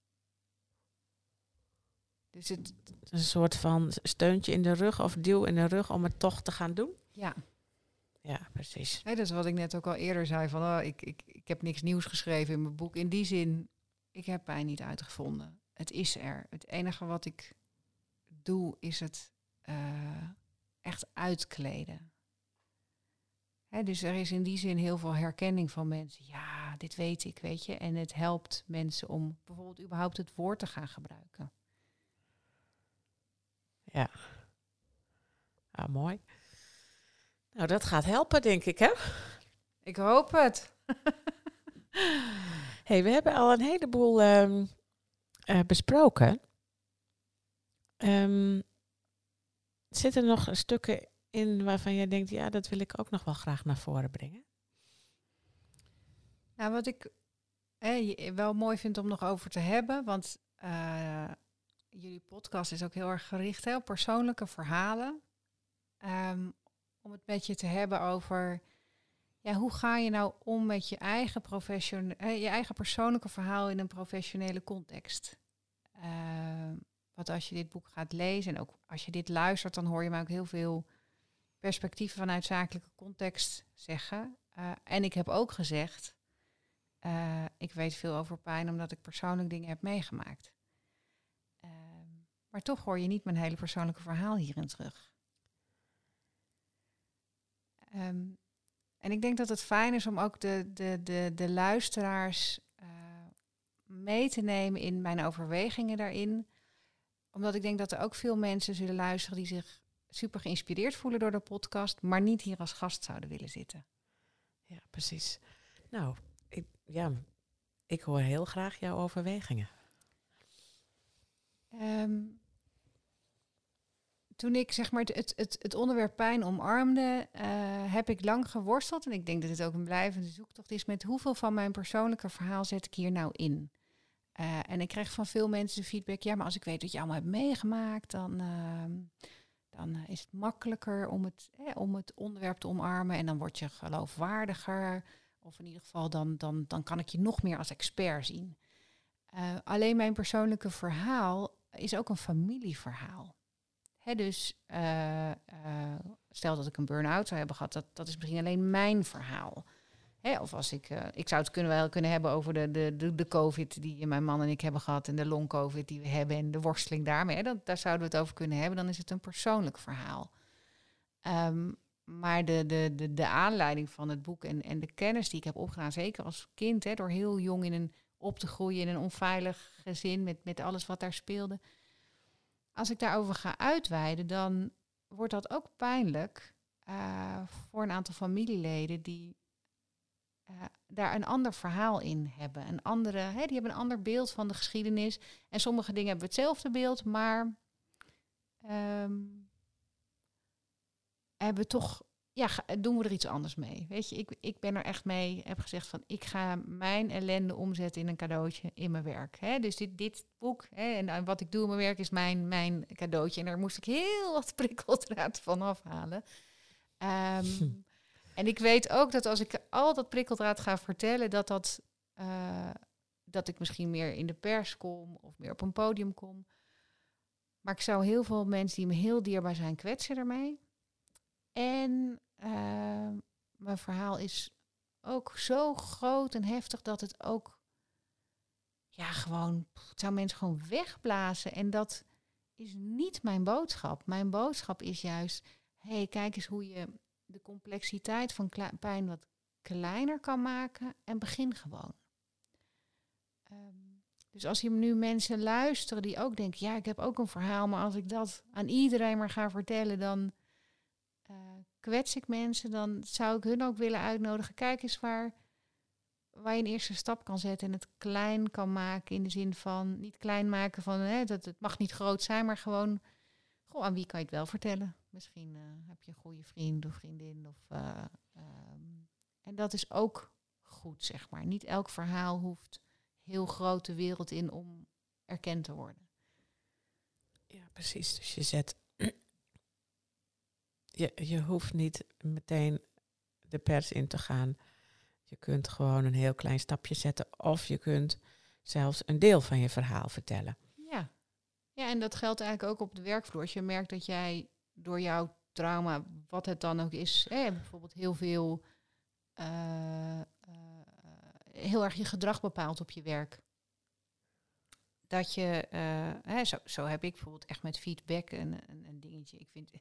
Dus het is een soort van steuntje in de rug of duw in de rug om het toch te gaan doen? Ja. Ja, precies. Dat is wat ik net ook al eerder zei, van ik heb niks nieuws geschreven in mijn boek. In die zin, ik heb pijn niet uitgevonden. Het is er. Het enige wat ik doe is het echt uitkleden. Dus er is in die zin heel veel herkenning van mensen. Ja, dit weet ik, weet je. En het helpt mensen om bijvoorbeeld überhaupt het woord te gaan gebruiken. Ja. Ah, mooi. Nou, dat gaat helpen, denk ik, hè? Ik hoop het. Hey, we hebben al een heleboel besproken. Zitten er nog stukken in waarvan jij denkt, ja, dat wil ik ook nog wel graag naar voren brengen? Nou, wat ik wel mooi vind om nog over te hebben, want jullie podcast is ook heel erg gericht op persoonlijke verhalen. Om het met je te hebben over, hoe ga je nou om met je eigen je eigen persoonlijke verhaal in een professionele context? Want als je dit boek gaat lezen en ook als je dit luistert, dan hoor je mij ook heel veel perspectieven vanuit zakelijke context zeggen. En ik heb ook gezegd, ik weet veel over pijn omdat ik persoonlijk dingen heb meegemaakt. Maar toch hoor je niet mijn hele persoonlijke verhaal hierin terug. En ik denk dat het fijn is om ook de luisteraars mee te nemen in mijn overwegingen daarin. Omdat ik denk dat er ook veel mensen zullen luisteren die zich super geïnspireerd voelen door de podcast, maar niet hier als gast zouden willen zitten. Ja, precies. Nou, ik hoor heel graag jouw overwegingen. Toen ik zeg maar het onderwerp pijn omarmde, heb ik lang geworsteld. En ik denk dat het ook een blijvende zoektocht is met hoeveel van mijn persoonlijke verhaal zet ik hier nou in. En ik kreeg van veel mensen de feedback, ja, maar als ik weet wat je allemaal hebt meegemaakt, dan is het makkelijker om het onderwerp te omarmen. En dan word je geloofwaardiger. Of in ieder geval, dan kan ik je nog meer als expert zien. Alleen mijn persoonlijke verhaal is ook een familieverhaal. Dus stel dat ik een burn-out zou hebben gehad, dat is misschien alleen mijn verhaal. Of als ik zou het wel kunnen hebben over de COVID die mijn man en ik hebben gehad en de long-COVID die we hebben en de worsteling daarmee. Daar zouden we het over kunnen hebben. Dan is het een persoonlijk verhaal. Maar de aanleiding van het boek en de kennis die ik heb opgedaan, zeker als kind, door heel jong op te groeien in een onveilig gezin met alles wat daar speelde. Als ik daarover ga uitweiden, dan wordt dat ook pijnlijk voor een aantal familieleden die daar een ander verhaal in hebben. Die hebben een ander beeld van de geschiedenis. En sommige dingen hebben hetzelfde beeld, maar hebben toch, doen we er iets anders mee. Weet je, ik ben er echt mee, heb gezegd van, ik ga mijn ellende omzetten in een cadeautje in mijn werk. Dus dit boek, en wat ik doe in mijn werk is mijn cadeautje. En daar moest ik heel wat prikkeldraad van afhalen. En ik weet ook dat als ik al dat prikkeldraad ga vertellen, dat ik misschien meer in de pers kom of meer op een podium kom. Maar ik zou heel veel mensen die me heel dierbaar zijn kwetsen ermee. En mijn verhaal is ook zo groot en heftig dat het ook, het zou mensen gewoon wegblazen. En dat is niet mijn boodschap. Mijn boodschap is juist, kijk eens hoe je de complexiteit van pijn wat kleiner kan maken en begin gewoon. Dus als je nu mensen luisteren die ook denken, ik heb ook een verhaal, maar als ik dat aan iedereen maar ga vertellen, dan kwets ik mensen, dan zou ik hun ook willen uitnodigen. Kijk eens waar je een eerste stap kan zetten en het klein kan maken in de zin van, niet klein maken van, dat het mag niet groot zijn, maar gewoon, aan wie kan je het wel vertellen? Misschien heb je een goede vriend of vriendin. En dat is ook goed, zeg maar. Niet elk verhaal hoeft heel groot de wereld in om erkend te worden. Ja, precies. Dus je zet... Je hoeft niet meteen de pers in te gaan. Je kunt gewoon een heel klein stapje zetten. Of je kunt zelfs een deel van je verhaal vertellen. Ja, en dat geldt eigenlijk ook op de werkvloer. Als je merkt dat jij door jouw trauma, wat het dan ook is, bijvoorbeeld heel veel, heel erg je gedrag bepaalt op je werk. Dat je, zo heb ik bijvoorbeeld echt met feedback een dingetje. Ik vind,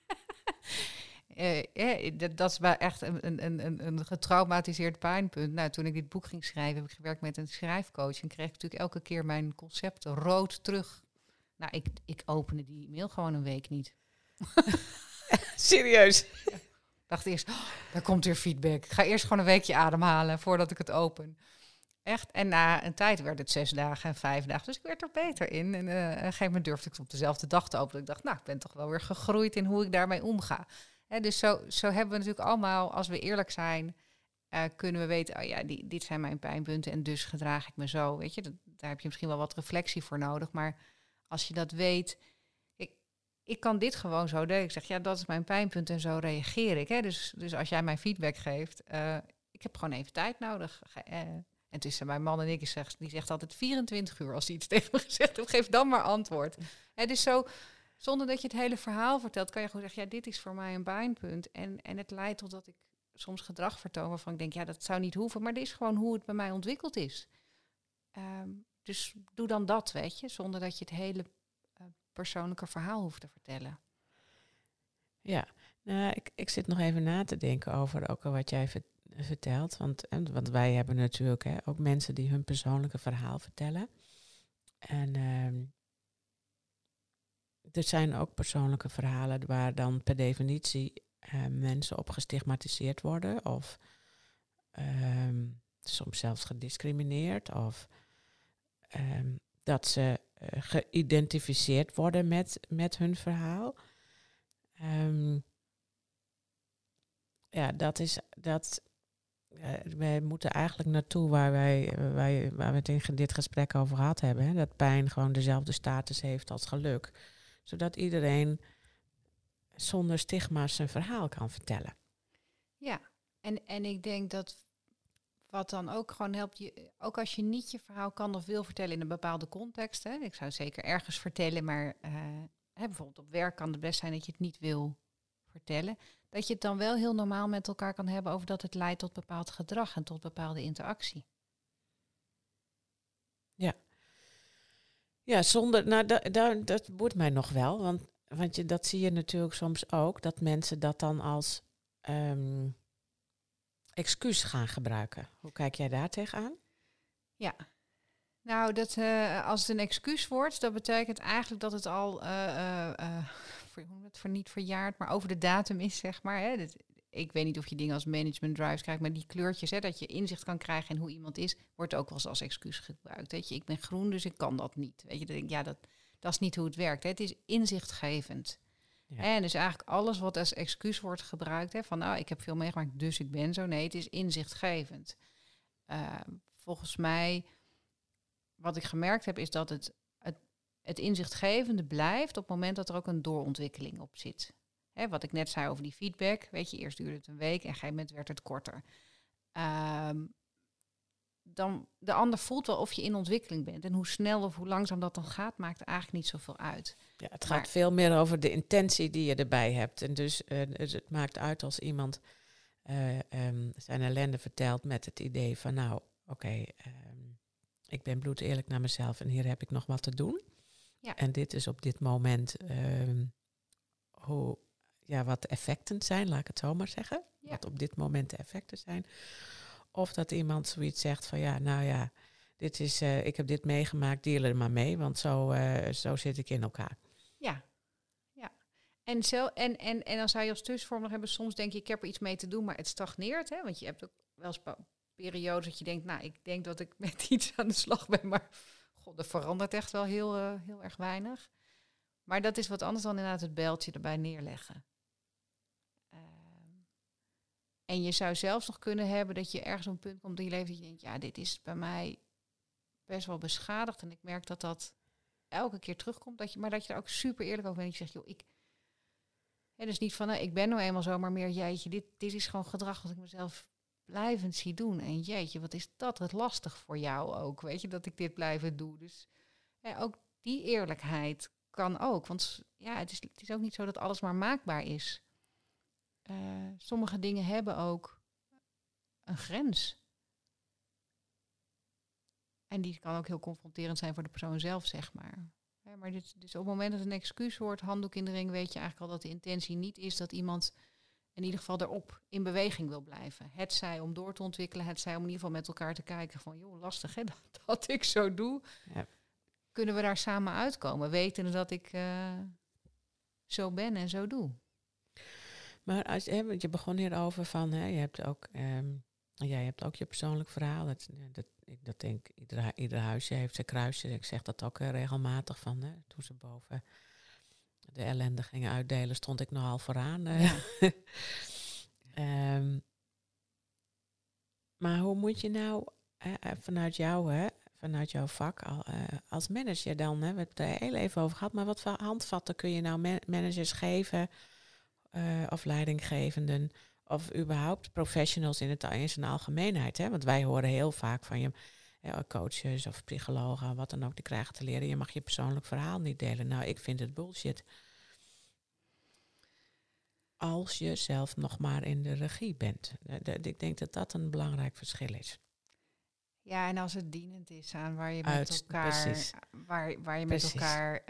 dat is wel echt een getraumatiseerd pijnpunt. Nou, toen ik dit boek ging schrijven, heb ik gewerkt met een schrijfcoach en kreeg ik natuurlijk elke keer mijn concepten rood terug. Nou, ik opende die mail gewoon een week niet. Serieus? Ja. Dacht eerst, daar komt weer feedback. Ik ga eerst gewoon een weekje ademhalen voordat ik het open. Echt. En na een tijd werd het 6 dagen en 5 dagen. Dus ik werd er beter in. En op een gegeven moment durfde ik het op dezelfde dag te openen. Ik dacht, ik ben toch wel weer gegroeid in hoe ik daarmee omga. Dus zo hebben we natuurlijk allemaal, als we eerlijk zijn, kunnen we weten, dit zijn mijn pijnpunten en dus gedraag ik me zo. Weet je, daar heb je misschien wel wat reflectie voor nodig. Maar als je dat weet, ik kan dit gewoon zo doen. Ik zeg, dat is mijn pijnpunt en zo reageer ik. Dus als jij mij feedback geeft, ik heb gewoon even tijd nodig. En tussen mijn man en ik, die zegt altijd 24 uur als hij iets tegen me gezegd heeft, geef dan maar antwoord. Dus zo, zonder dat je het hele verhaal vertelt, kan je gewoon zeggen, dit is voor mij een pijnpunt. En het leidt tot dat ik soms gedrag vertoon waarvan ik denk, dat zou niet hoeven. Maar dit is gewoon hoe het bij mij ontwikkeld is. Dus doe dan dat, weet je, zonder dat je het hele persoonlijke verhaal hoeft te vertellen. Ja, ik zit nog even na te denken over ook wat jij vertelt. Want wij hebben natuurlijk ook mensen die hun persoonlijke verhaal vertellen. En er zijn ook persoonlijke verhalen waar dan per definitie mensen op gestigmatiseerd worden. Of soms zelfs gediscrimineerd. Of dat ze geïdentificeerd worden met hun verhaal. Wij moeten eigenlijk naartoe waar we het in dit gesprek over gehad hebben. Hè, dat pijn gewoon dezelfde status heeft als geluk. Zodat iedereen zonder stigma's zijn verhaal kan vertellen. Ja, en ik denk dat wat dan ook gewoon helpt, ook als je niet je verhaal kan of wil vertellen in een bepaalde context. Ik zou het zeker ergens vertellen, maar bijvoorbeeld op werk kan het best zijn dat je het niet wil vertellen. dat je het dan wel heel normaal met elkaar kan hebben over dat het leidt tot bepaald gedrag en tot bepaalde interactie. Ja, zonder, nou, dat boeit mij nog wel. Want dat zie je natuurlijk soms ook, dat mensen dat dan als excuus gaan gebruiken. Hoe kijk jij daar tegenaan? Ja, nou, als het een excuus wordt, dat betekent eigenlijk dat het al niet verjaard, maar over de datum is, zeg maar. Hè. Ik weet niet of je dingen als management drives krijgt, maar die kleurtjes, hè, dat je inzicht kan krijgen in hoe iemand is, wordt ook wel eens als excuus gebruikt. Weet je, ik ben groen, dus ik kan dat niet. Weet je, dan denk ik, ja, dat is niet hoe het werkt. Hè. Het is inzichtgevend. Ja. En dus eigenlijk alles wat als excuus wordt gebruikt, hè, van nou, ik heb veel meegemaakt, dus ik ben zo. Nee, het is inzichtgevend. Volgens mij, wat ik gemerkt heb, is dat het inzichtgevende blijft op het moment dat er ook een doorontwikkeling op zit. Hè, wat ik net zei over die feedback. Weet je, eerst duurde het een week en op een gegeven moment werd het korter. Dan de ander voelt wel of je in ontwikkeling bent. En hoe snel of hoe langzaam dat dan gaat, maakt eigenlijk niet zoveel uit. Ja, het gaat veel meer over de intentie die je erbij hebt. En dus het maakt uit als iemand zijn ellende vertelt met het idee van nou, oké, ik ben bloedeerlijk naar mezelf en hier heb ik nog wat te doen. Ja. En dit is op dit moment wat de effecten zijn, laat ik het zo maar zeggen. Ja. Wat op dit moment de effecten zijn. Of dat iemand zoiets zegt van ja, nou ja, dit is, ik heb dit meegemaakt, deel er maar mee, want zo zit ik in elkaar. Ja, ja. En dan zou je als tussenvorm nog hebben, soms denk je, ik heb er iets mee te doen, maar het stagneert. Hè? Want je hebt ook wel eens periodes dat je denkt, nou, ik denk dat ik met iets aan de slag ben, maar god, er verandert echt wel heel erg weinig. Maar dat is wat anders dan inderdaad het bijltje erbij neerleggen. En je zou zelfs nog kunnen hebben dat je ergens op een punt komt in je leven dat je denkt, ja, dit is bij mij best wel beschadigd. En ik merk dat dat elke keer terugkomt. Maar dat je daar ook super eerlijk over bent. Dat je zegt, joh, het is niet van, ik ben nou eenmaal zo, maar meer, jeetje, dit is gewoon gedrag wat ik mezelf blijvend zie doen. En jeetje, wat is dat het lastig voor jou ook, weet je, dat ik dit blijven doe. Dus ook die eerlijkheid kan ook. Want ja, het is ook niet zo dat alles maar maakbaar is. Sommige dingen hebben ook een grens. En die kan ook heel confronterend zijn voor de persoon zelf, zeg maar. Maar dus op het moment dat een excuus wordt, handdoek in de ring, weet je eigenlijk al dat de intentie niet is dat iemand in ieder geval erop in beweging wil blijven. Het zij om door te ontwikkelen, het zij om in ieder geval met elkaar te kijken van, joh, lastig hè, dat ik zo doe. Ja. Kunnen we daar samen uitkomen, wetende dat ik zo ben en zo doe. Maar je begon hierover van, jij hebt ook je persoonlijk verhaal. Dat denk ieder huisje heeft zijn kruisje. Ik zeg dat ook regelmatig van, toen ze boven de ellende gingen uitdelen, stond ik nogal vooraan. Ja. Maar hoe moet je nou vanuit jouw vak als manager dan, we hebben het er heel even over gehad, maar wat voor handvatten kun je nou managers geven of leidinggevenden of überhaupt professionals in zijn algemeenheid? Hè? Want wij horen heel vaak van je coaches of psychologen, wat dan ook, die krijgen te leren, je mag je persoonlijk verhaal niet delen. Nou, ik vind het bullshit. Als je zelf nog maar in de regie bent. Ik denk dat dat een belangrijk verschil is. Ja, en als het dienend is aan waar je met elkaar, waar je met elkaar,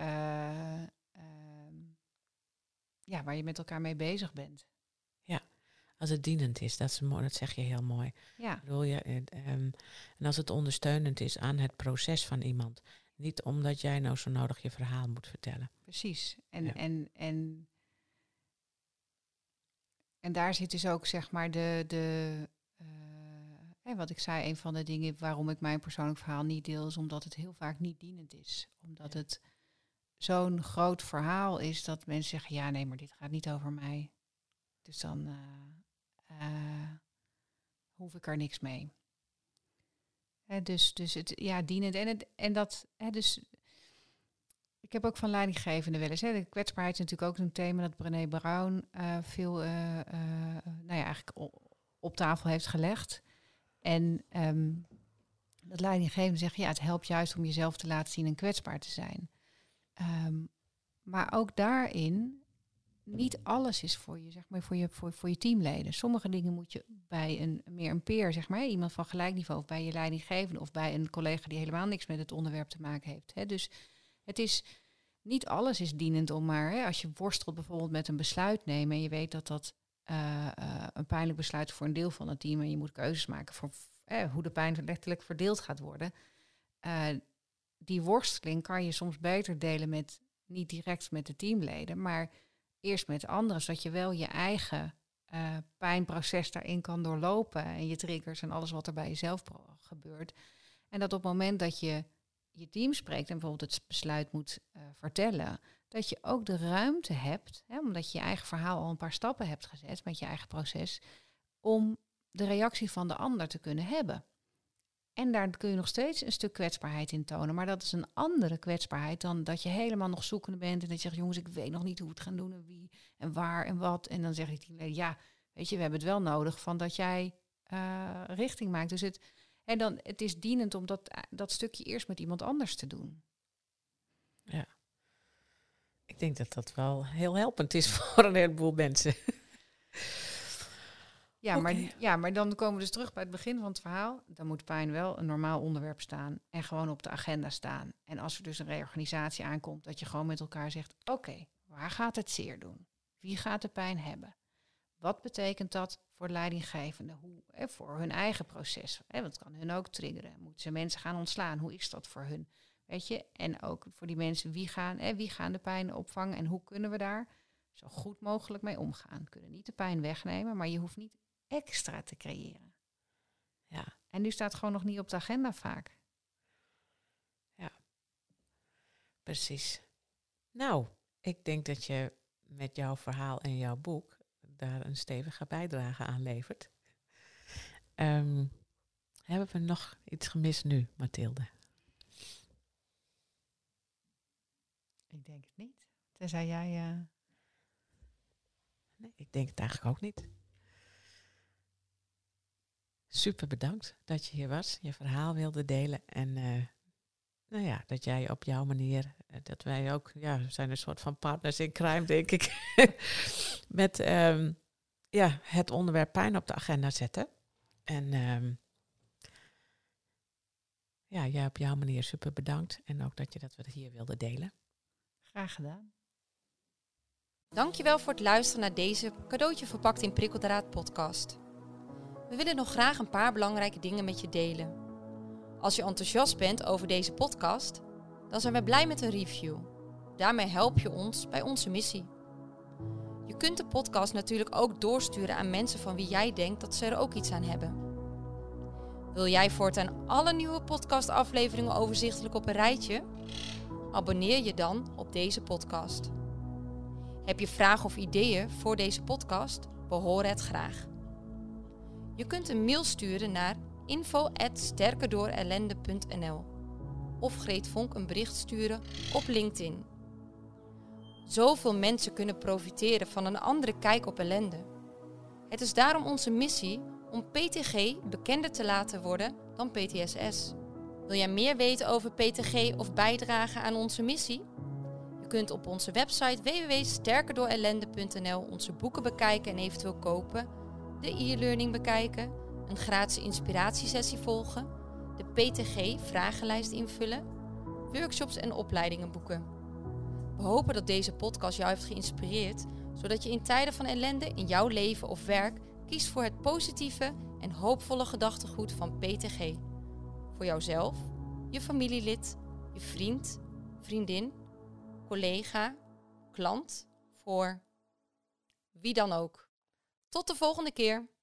waar je met elkaar mee bezig bent. Ja, als het dienend is, dat zeg je heel mooi. Ja. Bedoel je, en als het ondersteunend is aan het proces van iemand. Niet omdat jij nou zo nodig je verhaal moet vertellen. Precies. En daar zit dus ook, zeg maar, wat ik zei, een van de dingen waarom ik mijn persoonlijk verhaal niet deel, is omdat het heel vaak niet dienend is. Omdat het zo'n groot verhaal is dat mensen zeggen, ja, nee, maar dit gaat niet over mij. Dus dan hoef ik er niks mee. Dus het, ja, dienend. Dus ik heb ook van leidinggevende wel eens. De kwetsbaarheid is natuurlijk ook een thema dat Brené Brown veel eigenlijk op tafel heeft gelegd. En dat leidinggevende zegt, ja, het helpt juist om jezelf te laten zien en kwetsbaar te zijn. Maar ook daarin niet alles is voor je, zeg maar, voor je teamleden. Sommige dingen moet je bij een peer, zeg maar, iemand van gelijk niveau, of bij je leidinggevende, of bij een collega die helemaal niks met het onderwerp te maken heeft. Hè. Dus het is, niet alles is dienend om maar, hè, als je worstelt bijvoorbeeld met een besluit nemen en je weet dat een pijnlijk besluit voor een deel van het team en je moet keuzes maken voor hoe de pijn letterlijk verdeeld gaat worden. Die worsteling kan je soms beter delen met, niet direct met de teamleden, maar eerst met anderen, zodat je wel je eigen pijnproces daarin kan doorlopen en je triggers en alles wat er bij jezelf gebeurt. En dat op het moment dat je je team spreekt en bijvoorbeeld het besluit moet vertellen, dat je ook de ruimte hebt, hè, omdat je je eigen verhaal al een paar stappen hebt gezet met je eigen proces, om de reactie van de ander te kunnen hebben. En daar kun je nog steeds een stuk kwetsbaarheid in tonen. Maar dat is een andere kwetsbaarheid dan dat je helemaal nog zoekende bent. En dat je zegt, jongens, ik weet nog niet hoe we het gaan doen en wie en waar en wat. En dan zeg ik teamleden, ja, weet je, we hebben het wel nodig van dat jij richting maakt. Dus het is dienend om dat stukje eerst met iemand anders te doen. Ja. Ik denk dat dat wel heel helpend is voor een heleboel mensen. Ja, Okay. maar dan komen we dus terug bij het begin van het verhaal. Dan moet pijn wel een normaal onderwerp staan en gewoon op de agenda staan. En als er dus een reorganisatie aankomt, dat je gewoon met elkaar zegt, oké, waar gaat het zeer doen? Wie gaat de pijn hebben? Wat betekent dat voor leidinggevenden? Voor hun eigen proces? Want het kan hun ook triggeren. Moeten ze mensen gaan ontslaan? Hoe is dat voor hun? Weet je? En ook voor die mensen, wie gaan de pijn opvangen? En hoe kunnen we daar zo goed mogelijk mee omgaan? We kunnen niet de pijn wegnemen, maar je hoeft niet extra te creëren. Ja. En nu staat het gewoon nog niet op de agenda vaak. Ja, precies. Nou, ik denk dat je met jouw verhaal en jouw boek daar een stevige bijdrage aan levert. Hebben we nog iets gemist nu, Mathilde? Ik denk het niet. Tenzij jij... Nee, ik denk het eigenlijk ook niet. Super bedankt dat je hier was, je verhaal wilde delen. En dat jij op jouw manier, dat wij ook, we zijn een soort van partners in crime, denk ik. Met het onderwerp pijn op de agenda zetten. En jij op jouw manier super bedankt. En ook dat je dat hier wilde delen. Graag gedaan. Dankjewel voor het luisteren naar deze Cadeautje verpakt in prikkeldraad podcast. We willen nog graag een paar belangrijke dingen met je delen. Als je enthousiast bent over deze podcast, dan zijn we blij met een review. Daarmee help je ons bij onze missie. Je kunt de podcast natuurlijk ook doorsturen aan mensen van wie jij denkt dat ze er ook iets aan hebben. Wil jij voortaan alle nieuwe podcastafleveringen overzichtelijk op een rijtje? Abonneer je dan op deze podcast. Heb je vragen of ideeën voor deze podcast? We horen het graag. Je kunt een mail sturen naar info@sterkerdoorellende.nl of Greet Vonk een bericht sturen op LinkedIn. Zoveel mensen kunnen profiteren van een andere kijk op ellende. Het is daarom onze missie om PTG bekender te laten worden dan PTSS. Wil jij meer weten over PTG of bijdragen aan onze missie? Je kunt op onze website www.sterkerdoorellende.nl onze boeken bekijken en eventueel kopen, de e-learning bekijken, een gratis inspiratiesessie volgen, de PTG-vragenlijst invullen, workshops en opleidingen boeken. We hopen dat deze podcast jou heeft geïnspireerd, zodat je in tijden van ellende in jouw leven of werk kiest voor het positieve en hoopvolle gedachtegoed van PTG. Voor jouzelf, je familielid, je vriend, vriendin, collega, klant, voor wie dan ook. Tot de volgende keer.